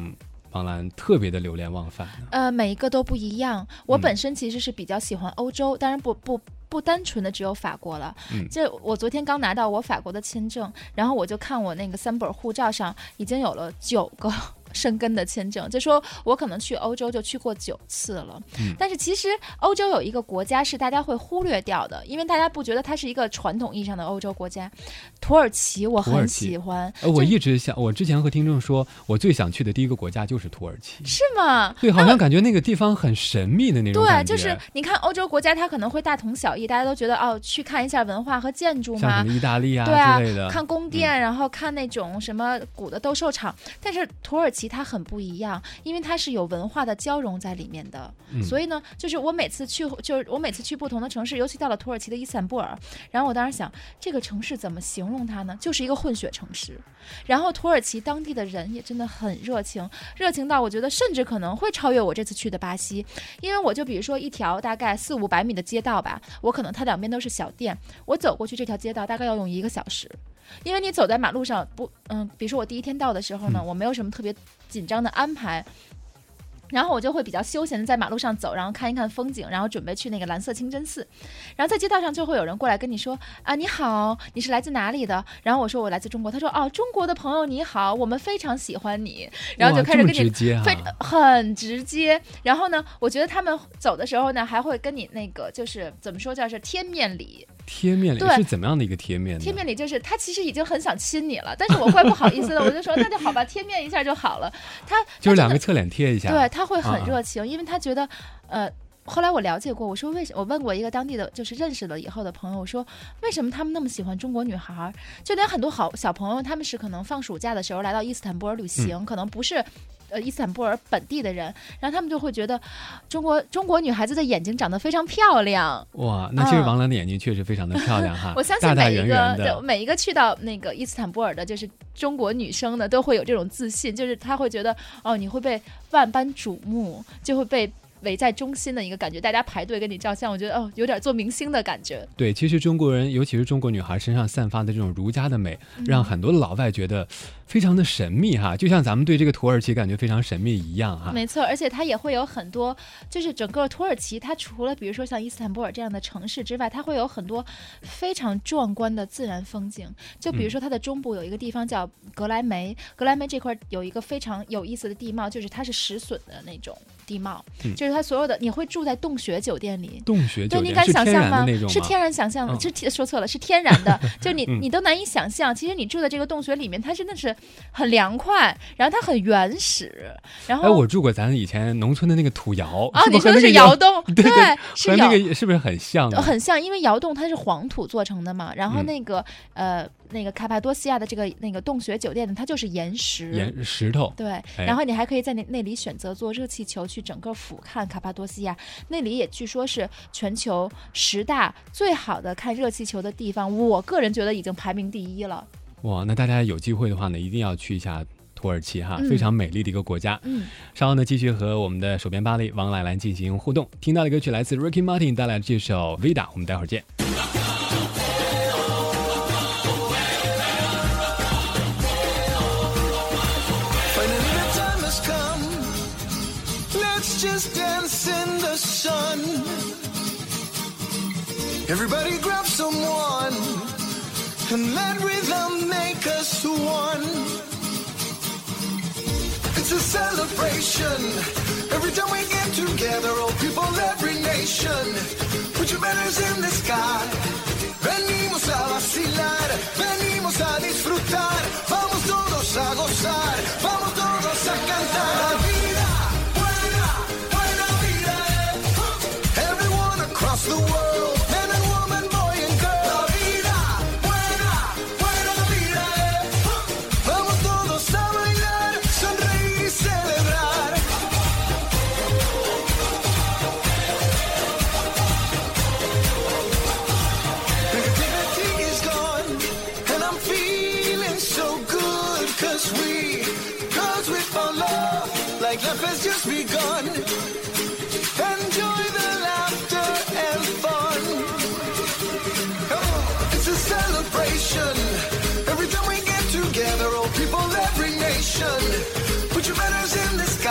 王兰特别的流连忘返呢？ 呃，每一个都不一样。我本身其实是比较喜欢欧洲，嗯、当然不不不单纯的只有法国了。嗯，这我昨天刚拿到我法国的签证，然后我就看我那个三本护照上已经有了九个申根的签证，就说我可能去欧洲就去过九次了。嗯，但是其实欧洲有一个国家是大家会忽略掉的，因为大家不觉得它是一个传统意义上的欧洲国家。土耳其我很喜欢。 呃，我一直想，我之前和听众说，我最想去的第一个国家就是土耳其。 是吗？ 对，好像感觉那个地方很神秘的那种感觉。对，就是你看欧洲国家，它可能会大同小异，大家都觉得哦，去看一下文化和建筑嘛， 像什么意大利啊对啊之类的， 看宫殿，嗯、然后看那种什么古的斗兽场。但是土耳其它很不一样，因为它是有文化的交融在里面的。嗯、所以呢，就是我每次去，就是我每次去不同的城市，尤其到了土耳其的伊斯坦布尔，然后我当时想，这个城市怎么形容它呢？就是一个混血城市。然后土耳其当地的人也真的很热情，热情到我觉得甚至可能会超越我这次去的巴西。因为我就比如说一条大概四五百米的街道吧，我可能它两边都是小店，我走过去这条街道大概要用一个小时。因为你走在马路上不，嗯，比如说我第一天到的时候呢，嗯、我没有什么特别紧张的安排。然后我就会比较休闲的在马路上走，然后看一看风景，然后准备去那个蓝色清真寺。然后在街道上就会有人过来跟你说啊，你好，你是来自哪里的？然后我说我来自中国。他说哦，中国的朋友你好，我们非常喜欢你。然后就开始跟你非、啊、 很直接。然后呢，我觉得他们走的时候呢，还会跟你那个就是怎么说叫是贴面礼。 贴面礼是怎么样的一个贴面呢？ 贴面礼就是他其实已经很想亲你了，但是我怪不好意思的，我就说那就好吧，贴面一下就好了。他就是两个侧脸贴一下， 对，他会很热情，啊、因为他觉得，呃，后来我了解过，我说为什么？我问过一个当地的就是认识了以后的朋友，我说为什么他们那么喜欢中国女孩？就连很多好小朋友，他们是可能放暑假的时候来到伊斯坦布尔旅行，嗯、可能不是。呃，伊斯坦布尔本地的人，然后他们就会觉得中国中国女孩子的眼睛长得非常漂亮。 哇，那其实王兰的眼睛确实非常的漂亮哈。 我相信每一个大大圆圆的每一个去到那个伊斯坦布尔的，就是中国女生呢，都会有这种自信，就是她会觉得哦，你会被万般瞩目，就会被围在中心的一个感觉，大家排队跟你照相，我觉得哦，有点做明星的感觉。 对，其实中国人，尤其是中国女孩身上散发的这种儒家的美，嗯、让很多老外觉得非常的神秘哈，就像咱们对这个土耳其感觉非常神秘一样哈。 没错，而且它也会有很多，就是整个土耳其，它除了比如说像伊斯坦布尔这样的城市之外，它会有很多非常壮观的自然风景。就比如说它的中部有一个地方叫格莱梅，嗯、格莱梅这块有一个非常有意思的地貌，就是它是石笋的那种地貌，嗯、就是它所有的你会住在洞穴酒店里。 洞穴酒店， 对，你敢想象吗？ 是天然的那种吗？ 是天然想象的，嗯、是说错了，是天然的，就你、 嗯、 你都难以想象。其实你住的这个洞穴里面，它真的是很凉快，然后它很原始。然后， 哎，我住过咱以前农村的那个土窑啊，你说的是窑洞， 对对， 是和那个是不是很像？ 很像，因为窑洞它是黄土做成的嘛。然后那个、嗯、呃。那个卡帕多西亚的这个那个洞穴酒店呢，它就是岩石， 岩石头。 对，哎、然后你还可以在那那里选择坐热气球去整个俯瞰卡帕多西亚，那里也据说是全球十大最好的看热气球的地方，我个人觉得已经排名第一了。 哇，那大家有机会的话呢，一定要去一下土耳其哈，嗯、非常美丽的一个国家。嗯，稍后呢，继续和我们的手编巴黎王乃兰进行互动。听到的歌曲来自 Ricky Martin 带来的这首 Vida， 我们待会儿见。 Just dance in the sun. Everybody grab someone and let rhythm make us one. It's a celebration. Every time we get together, all people, every nation. Put your banners in the sky. Venimos a vacilar, venimos a disfrutar. Vamos todos a gozar, vamos todos a cantar. Across the world, man and woman, boy and girl. La vida, buena, buena vida. Vamos todos a bailar, sonreír y celebrar. Negativity is gone, and I'm feeling so good. Cause we, cause we found love, like life has just begun. Enjoy the laughter and fun. Oh, it's a celebration. Every time we get together, all people, every nation. Put your banners in the sky.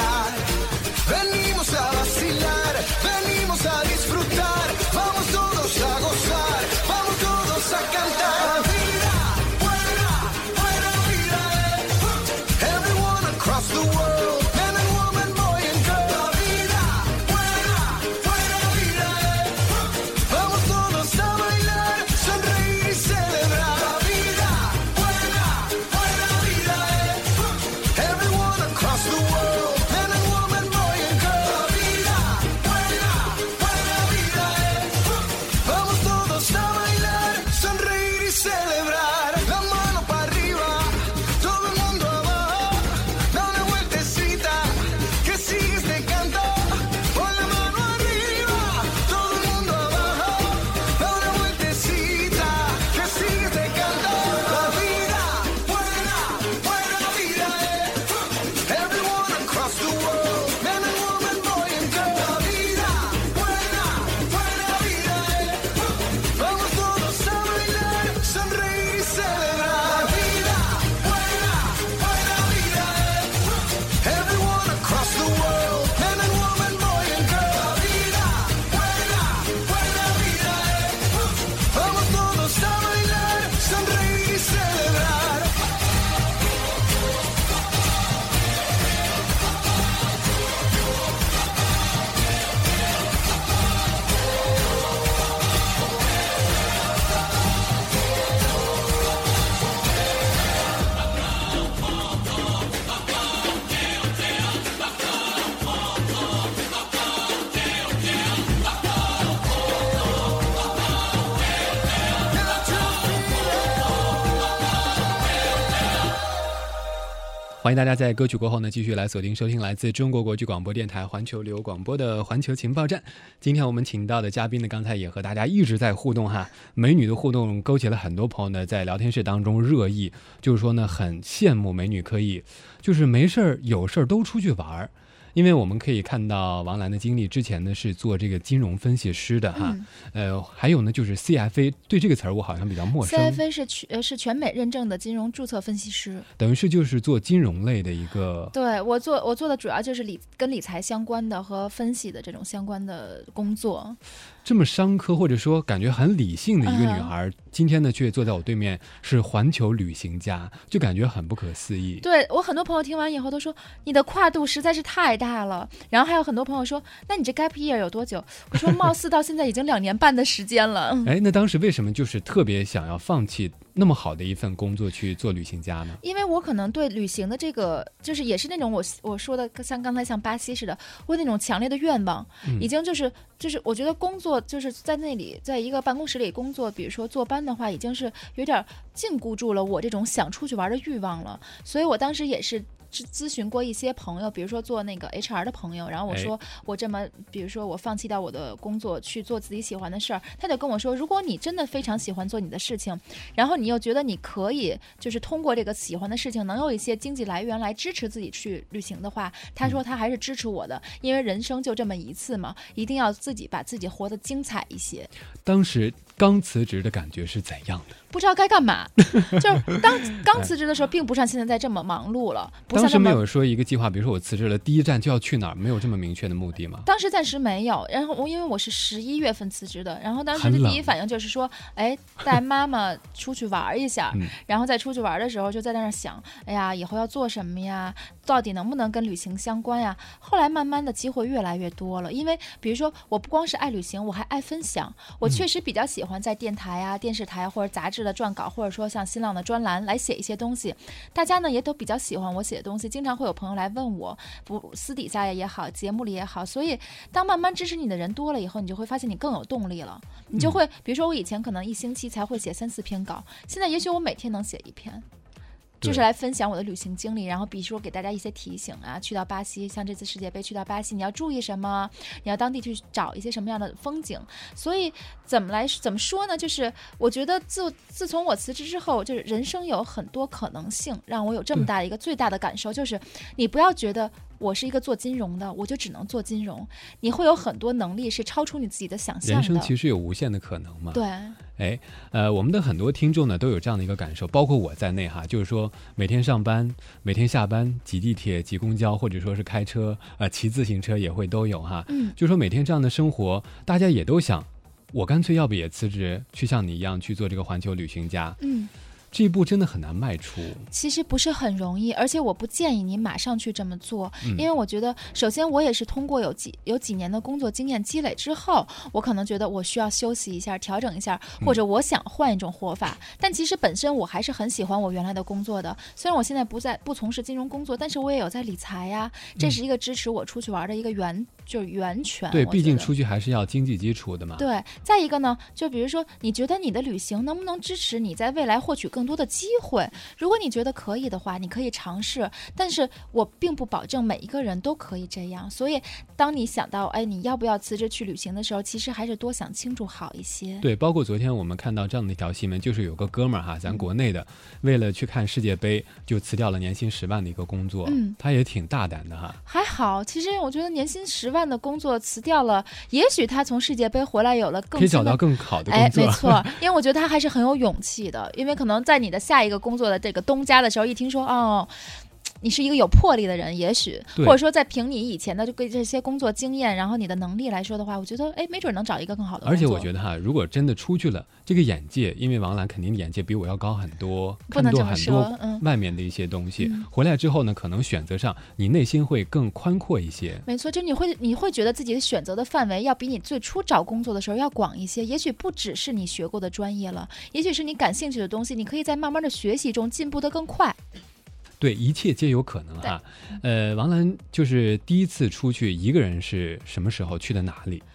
欢迎大家在歌曲过后呢，继续来锁定收听来自中国国际广播电台环球旅游广播的环球情报站。今天我们请到的嘉宾呢，刚才也和大家一直在互动哈，美女的互动勾起了很多朋友呢在聊天室当中热议，就是说呢很羡慕美女可以就是没事儿有事儿都出去玩。因为我们可以看到王兰的经历，之前呢是做这个金融分析师的哈，嗯、呃，还有呢就是 C F A， 对这个词儿我好像比较陌生。 C F A 是全是全美认证的金融注册分析师， 等于是就是做金融类的一个。 对我做我做的主要就是理跟理财相关的和分析的这种相关的工作。 这么商科或者说感觉很理性的一个女孩，嗯、今天呢却坐在我对面是环球旅行家，就感觉很不可思议。 对，我很多朋友听完以后都说你的跨度实在是太大了，然后还有很多朋友说那你这 gap year 有多久？我说貌似到现在已经两年半的时间了。 哎，那当时为什么就是特别想要放弃那么好的一份工作去做旅行家呢？ 因为我可能对旅行的这个就是也是那种我我说的像刚才像巴西似的，我有那种强烈的愿望，嗯、已经就是就是我觉得工作就是在那里在一个办公室里工作，比如说坐班的话，已经是有点禁锢住了我这种想出去玩的欲望了，所以我当时也是咨询过一些朋友，比如说做那个 H R 的朋友，然后我说我这么比如说我放弃掉我的工作去做自己喜欢的事儿，他就跟我说，如果你真的非常喜欢做你的事情，然后你又觉得你可以就是通过这个喜欢的事情能有一些经济来源来支持自己去旅行的话，他说他还是支持我的，因为人生就这么一次嘛，一定要自己把自己活得精彩一些。 当时刚辞职的感觉是怎样的？ 不知道该干嘛，就是当刚辞职的时候，并不像现在在这么忙碌了。不像当时没有说一个计划，比如说我辞职了，第一站就要去哪儿，没有这么明确的目的吗？ 当时暂时没有。然后我因为我是十一月份辞职的，然后当时的第一反应就是说，哎，带妈妈出去玩一下。嗯、然后在出去玩的时候，就在那儿想，哎呀，以后要做什么呀？到底能不能跟旅行相关呀？后来慢慢的机会越来越多了，因为比如说我不光是爱旅行，我还爱分享。我确实比较喜欢在电台啊、电视台或者杂志的撰稿，或者说像新浪的专栏来写一些东西，大家呢也都比较喜欢我写的东西，经常会有朋友来问我，不私底下也好，节目里也好，所以当慢慢支持你的人多了以后，你就会发现你更有动力了，你就会，比如说我以前可能一星期才会写三四篇稿，现在也许我每天能写一篇。就是来分享我的旅行经历，然后比如说给大家一些提醒啊，去到巴西，像这次世界杯去到巴西，你要注意什么？你要当地去找一些什么样的风景？所以怎么来怎么说呢？就是我觉得自自从我辞职之后，就是人生有很多可能性，让我有这么大的一个最大的感受，就是你不要觉得我是一个做金融的，我就只能做金融，你会有很多能力是超出你自己的想象的。 人生其实有无限的可能嘛。 对。 哎，呃，我们的很多听众呢都有这样的一个感受，包括我在内哈，就是说每天上班、每天下班挤地铁、挤公交，或者说是开车、呃骑自行车也会都有哈。嗯，就说每天这样的生活，大家也都想，我干脆要不也辞职，去像你一样去做这个环球旅行家。嗯。这一步真的很难迈出， 其实不是很容易，而且我不建议你马上去这么做，嗯、因为我觉得，首先我也是通过有几有几年的工作经验积累之后，我可能觉得我需要休息一下，调整一下，或者我想换一种活法。嗯、但其实本身我还是很喜欢我原来的工作的，虽然我现在不在不从事金融工作，但是我也有在理财呀、啊，这是一个支持我出去玩的一个源。就是源泉， 对，毕竟出去还是要经济基础的嘛。 对，再一个呢，就比如说，你觉得你的旅行能不能支持你在未来获取更多的机会？如果你觉得可以的话，你可以尝试。但是我并不保证每一个人都可以这样，所以当你想到，哎，你要不要辞职去旅行的时候，其实还是多想清楚好一些。 对，包括昨天我们看到这样的一条新闻，就是有个哥们儿哈，咱国内的，嗯、为了去看世界杯，就辞掉了年薪十万的一个工作。嗯，他也挺大胆的哈。 还好，其实我觉得年薪十万的工作辞掉了，也许他从世界杯回来有了更可以找到更好的工作。 哎，没错，因为我觉得他还是很有勇气的，因为可能在你的下一个工作的这个东家的时候，一听说哦。你是一个有魄力的人，也许或者说在凭你以前的这些工作经验，然后你的能力来说的话，我觉得哎，没准能找一个更好的工作。 而且我觉得哈，如果真的出去了，这个眼界，因为王兰肯定眼界比我要高很多， 不能这么说， 看多很多外面的一些东西，嗯、回来之后呢，可能选择上你内心会更宽阔一些。 没错，就你会你会觉得自己的选择的范围要比你最初找工作的时候要广一些，也许不只是你学过的专业了，也许是你感兴趣的东西，你可以在慢慢的学习中进步得更快。 对，一切皆有可能哈。呃，王兰就是第一次出去一个人是什么时候去的哪里？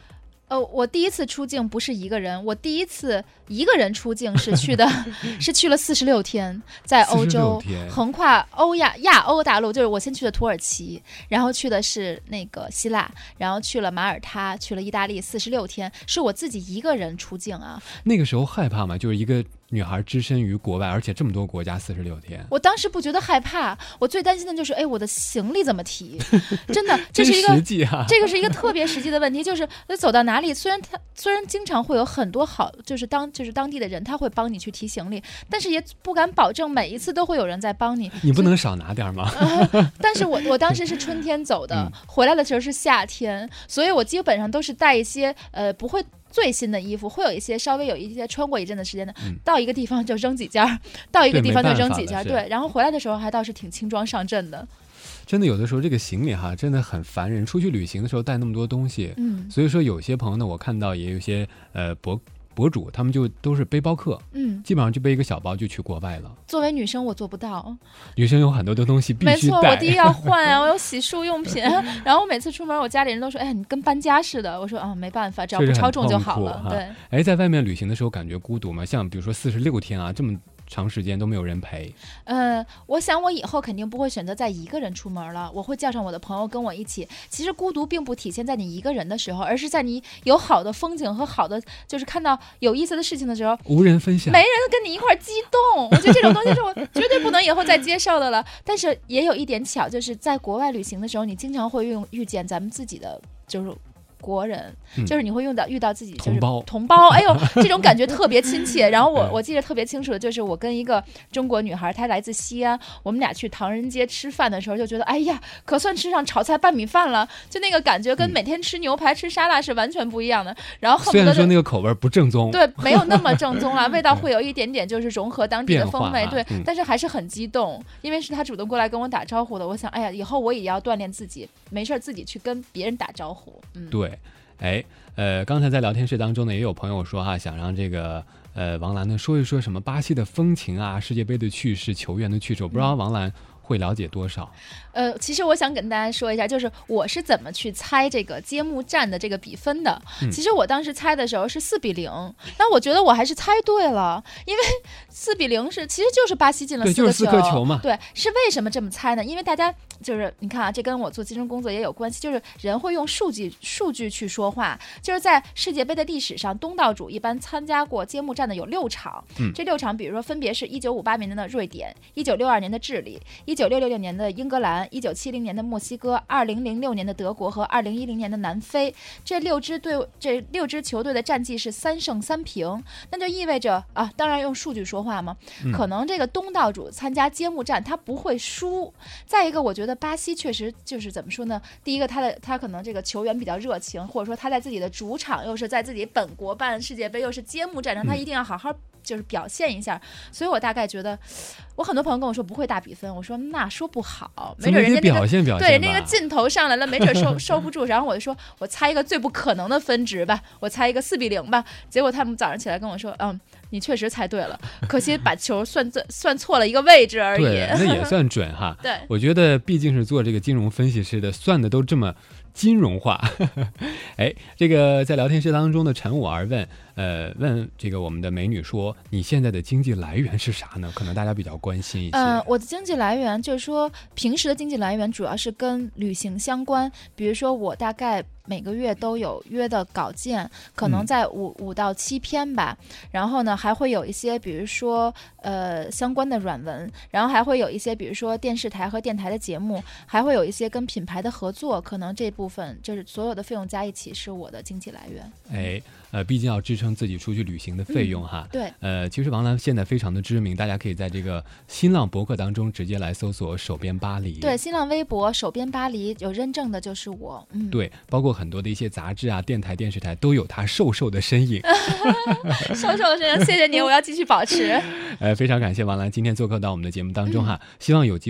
呃，我第一次出境不是一个人，我第一次一个人出境是去的，是去了四十六天，在欧洲横跨欧亚亚欧大陆，就是我先去的土耳其，然后去的是那个希腊，然后去了马耳他，去了意大利，四十六天，是我自己一个人出境啊。 那个时候害怕吗？就是一个女孩只身于国外，而且这么多国家，四十六天。 我当时不觉得害怕，我最担心的就是，哎，我的行李怎么提？真的，这是一个实际啊， 这个是一个特别实际的问题，就是走到哪里，虽然他虽然经常会有很多好，就是当就是当地的人，他会帮你去提行李，但是也不敢保证每一次都会有人在帮你。 你不能少拿点吗？ 呃、但是我我当时是春天走的，嗯、回来的时候是夏天，所以我基本上都是带一些呃不会最新的衣服，会有一些稍微有一些穿过一阵的时间的，嗯、到一个地方就扔几件，到一个地方就扔几件，对，然后回来的时候还倒是挺轻装上阵的。 真的有的时候这个行李哈真的很烦人，出去旅行的时候带那么多东西，嗯，所以说有些朋友呢，我看到也有些呃博博主，他们就都是背包客，嗯，基本上就背一个小包就去国外了。 作为女生我做不到， 女生有很多的东西必须带。 没错，我第一要换啊，我有洗漱用品，然后我每次出门，我家里人都说，哎，你跟搬家似的。我说啊，没办法，只要不超重就好了。对， 哎，在外面旅行的时候感觉孤独吗？像比如说四十六天啊，这么长时间都没有人陪。 呃，我想我以后肯定不会选择再一个人出门了，我会叫上我的朋友跟我一起。其实孤独并不体现在你一个人的时候，而是在你有好的风景和好的就是看到有意思的事情的时候， 无人分享， 没人跟你一块激动。我觉得这种东西是我绝对不能以后再接受的了。但是也有一点巧，就是在国外旅行的时候，你经常会用遇见咱们自己的就是国人，就是你会用到遇到自己就是同胞， 同胞，哎呦，这种感觉特别亲切。然后我我记得特别清楚的就是我跟一个中国女孩，她来自西安，我们俩去唐人街吃饭的时候，就觉得哎呀，可算吃上炒菜拌米饭了，就那个感觉跟每天吃牛排吃沙拉是完全不一样的。然后恨不得虽然说那个口味不正宗， 对，没有那么正宗了，味道会有一点点就是融合当地的风味， 啊、 对、 嗯， 但是还是很激动，因为是她主动过来跟我打招呼的。我想，哎呀，以后我也要锻炼自己，没事自己去跟别人打招呼。嗯， 对。哎，呃，刚才在聊天室当中呢，也有朋友说哈，想让这个呃王兰呢说一说什么巴西的风情啊，世界杯的趣事，球员的趣事，我不知道王兰会了解多少。 呃，其实我想跟大家说一下，就是我是怎么去猜这个揭幕战的这个比分的。嗯、其实我当时猜的时候是四比零，但我觉得我还是猜对了，因为四比零是其实就是巴西进了四个球， 对，就是四颗球嘛。 对，是为什么这么猜呢？因为大家就是你看啊，这跟我做金融工作也有关系，就是人会用数据数据去说话。就是在世界杯的历史上，东道主一般参加过揭幕战的有六场，嗯、这六场比如说分别是一九五八年的瑞典、一九六二年的智利、一九六六年的英格兰、一九七零年的墨西哥、二零零六年的德国和二零一零年的南非。这六支队这六支球队的战绩是三胜三平，那就意味着啊，当然用数据说话嘛，嗯、可能这个东道主参加揭幕战他不会输。再一个，我觉得巴西确实就是怎么说呢？第一个，他的他可能这个球员比较热情，或者说他在自己的主场，又是在自己本国办世界杯，又是揭幕战，让他一定要好好就是表现一下。所以我大概觉得，我很多朋友跟我说不会大比分，我说那说不好，没准人家、那个、 表现表现对那个劲头上来了，没准收收不住。然后我就说我猜一个最不可能的分值吧，我猜一个四比零吧。结果他们早上起来跟我说，嗯，你确实猜对了，可惜把球算算错了一个位置而已。 对，那也算准哈。 对， 我觉得毕竟是做这个金融分析师的，算的都这么金融化。哎，这个在聊天室当中的陈武而问，呃，问这个我们的美女说，你现在的经济来源是啥呢？可能大家比较关心一些。 呃，我的经济来源就是说，平时的经济来源主要是跟旅行相关，比如说我大概每个月都有约的稿件，可能在五、嗯、五到七篇吧。然后呢，还会有一些，比如说呃相关的软文，然后还会有一些，比如说电视台和电台的节目，还会有一些跟品牌的合作。可能这部分就是所有的费用加一起是我的经济来源。 哎，呃，毕竟要支撑自己出去旅行的费用哈。 嗯、对。 呃，其实王兰现在非常的知名，大家可以在这个新浪博客当中直接来搜索“手编巴黎”。 对，新浪微博“手编巴黎”有认证的就是我。嗯， 对，包括很多的一些杂志啊、电台、电视台都有他瘦瘦的身影。 瘦瘦的身影，谢谢你，我要继续保持。 呃，非常感谢王兰今天做客到我们的节目当中哈，嗯、希望有机会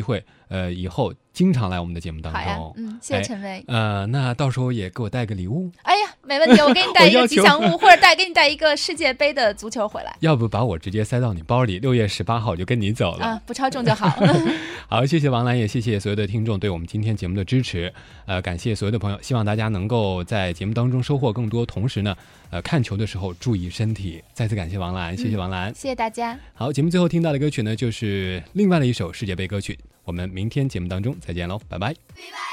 呃，以后经常来我们的节目当中。 好呀，嗯，谢谢陈薇。 呃，那到时候也给我带个礼物。 哎呀，没问题，我给你带一个吉祥物，或者带给你带一个世界杯的足球回来。 要不把我直接塞到你包里，六月十八号我就跟你走了。 啊，不超重就好。 好，谢谢王澜，也谢谢所有的听众对我们今天节目的支持。呃，感谢所有的朋友，希望大家能够在节目当中收获更多，同时呢，呃，看球的时候注意身体。再次感谢王澜，谢谢王澜、 嗯，谢谢大家。 好，节目最后听到的歌曲呢，就是另外的一首世界杯歌曲。我们明天节目当中再见喽，拜拜。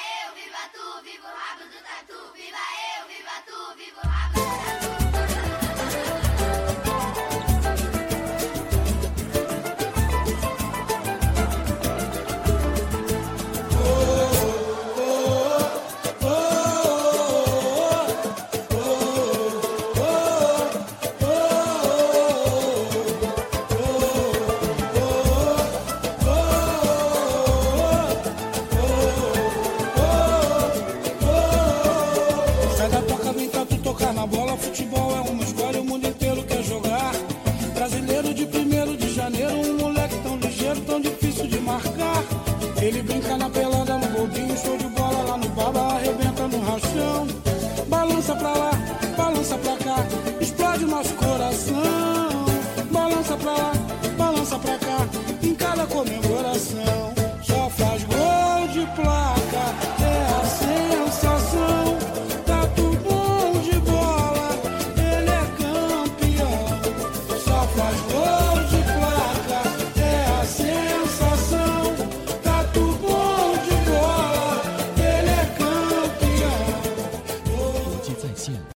Futebol é uma escolha, o mundo inteiro quer jogar. Brasileiro de primeiro de janeiro, um moleque tão ligeiro, tão difícil de marcar. Ele brinca na pelada, no golzinho, show de bola lá no baba, arrebenta no rachão. Balança pra lá, balança pra cá, explode nosso coração. Balança pra lá, balança pra cá, em cada comemoração.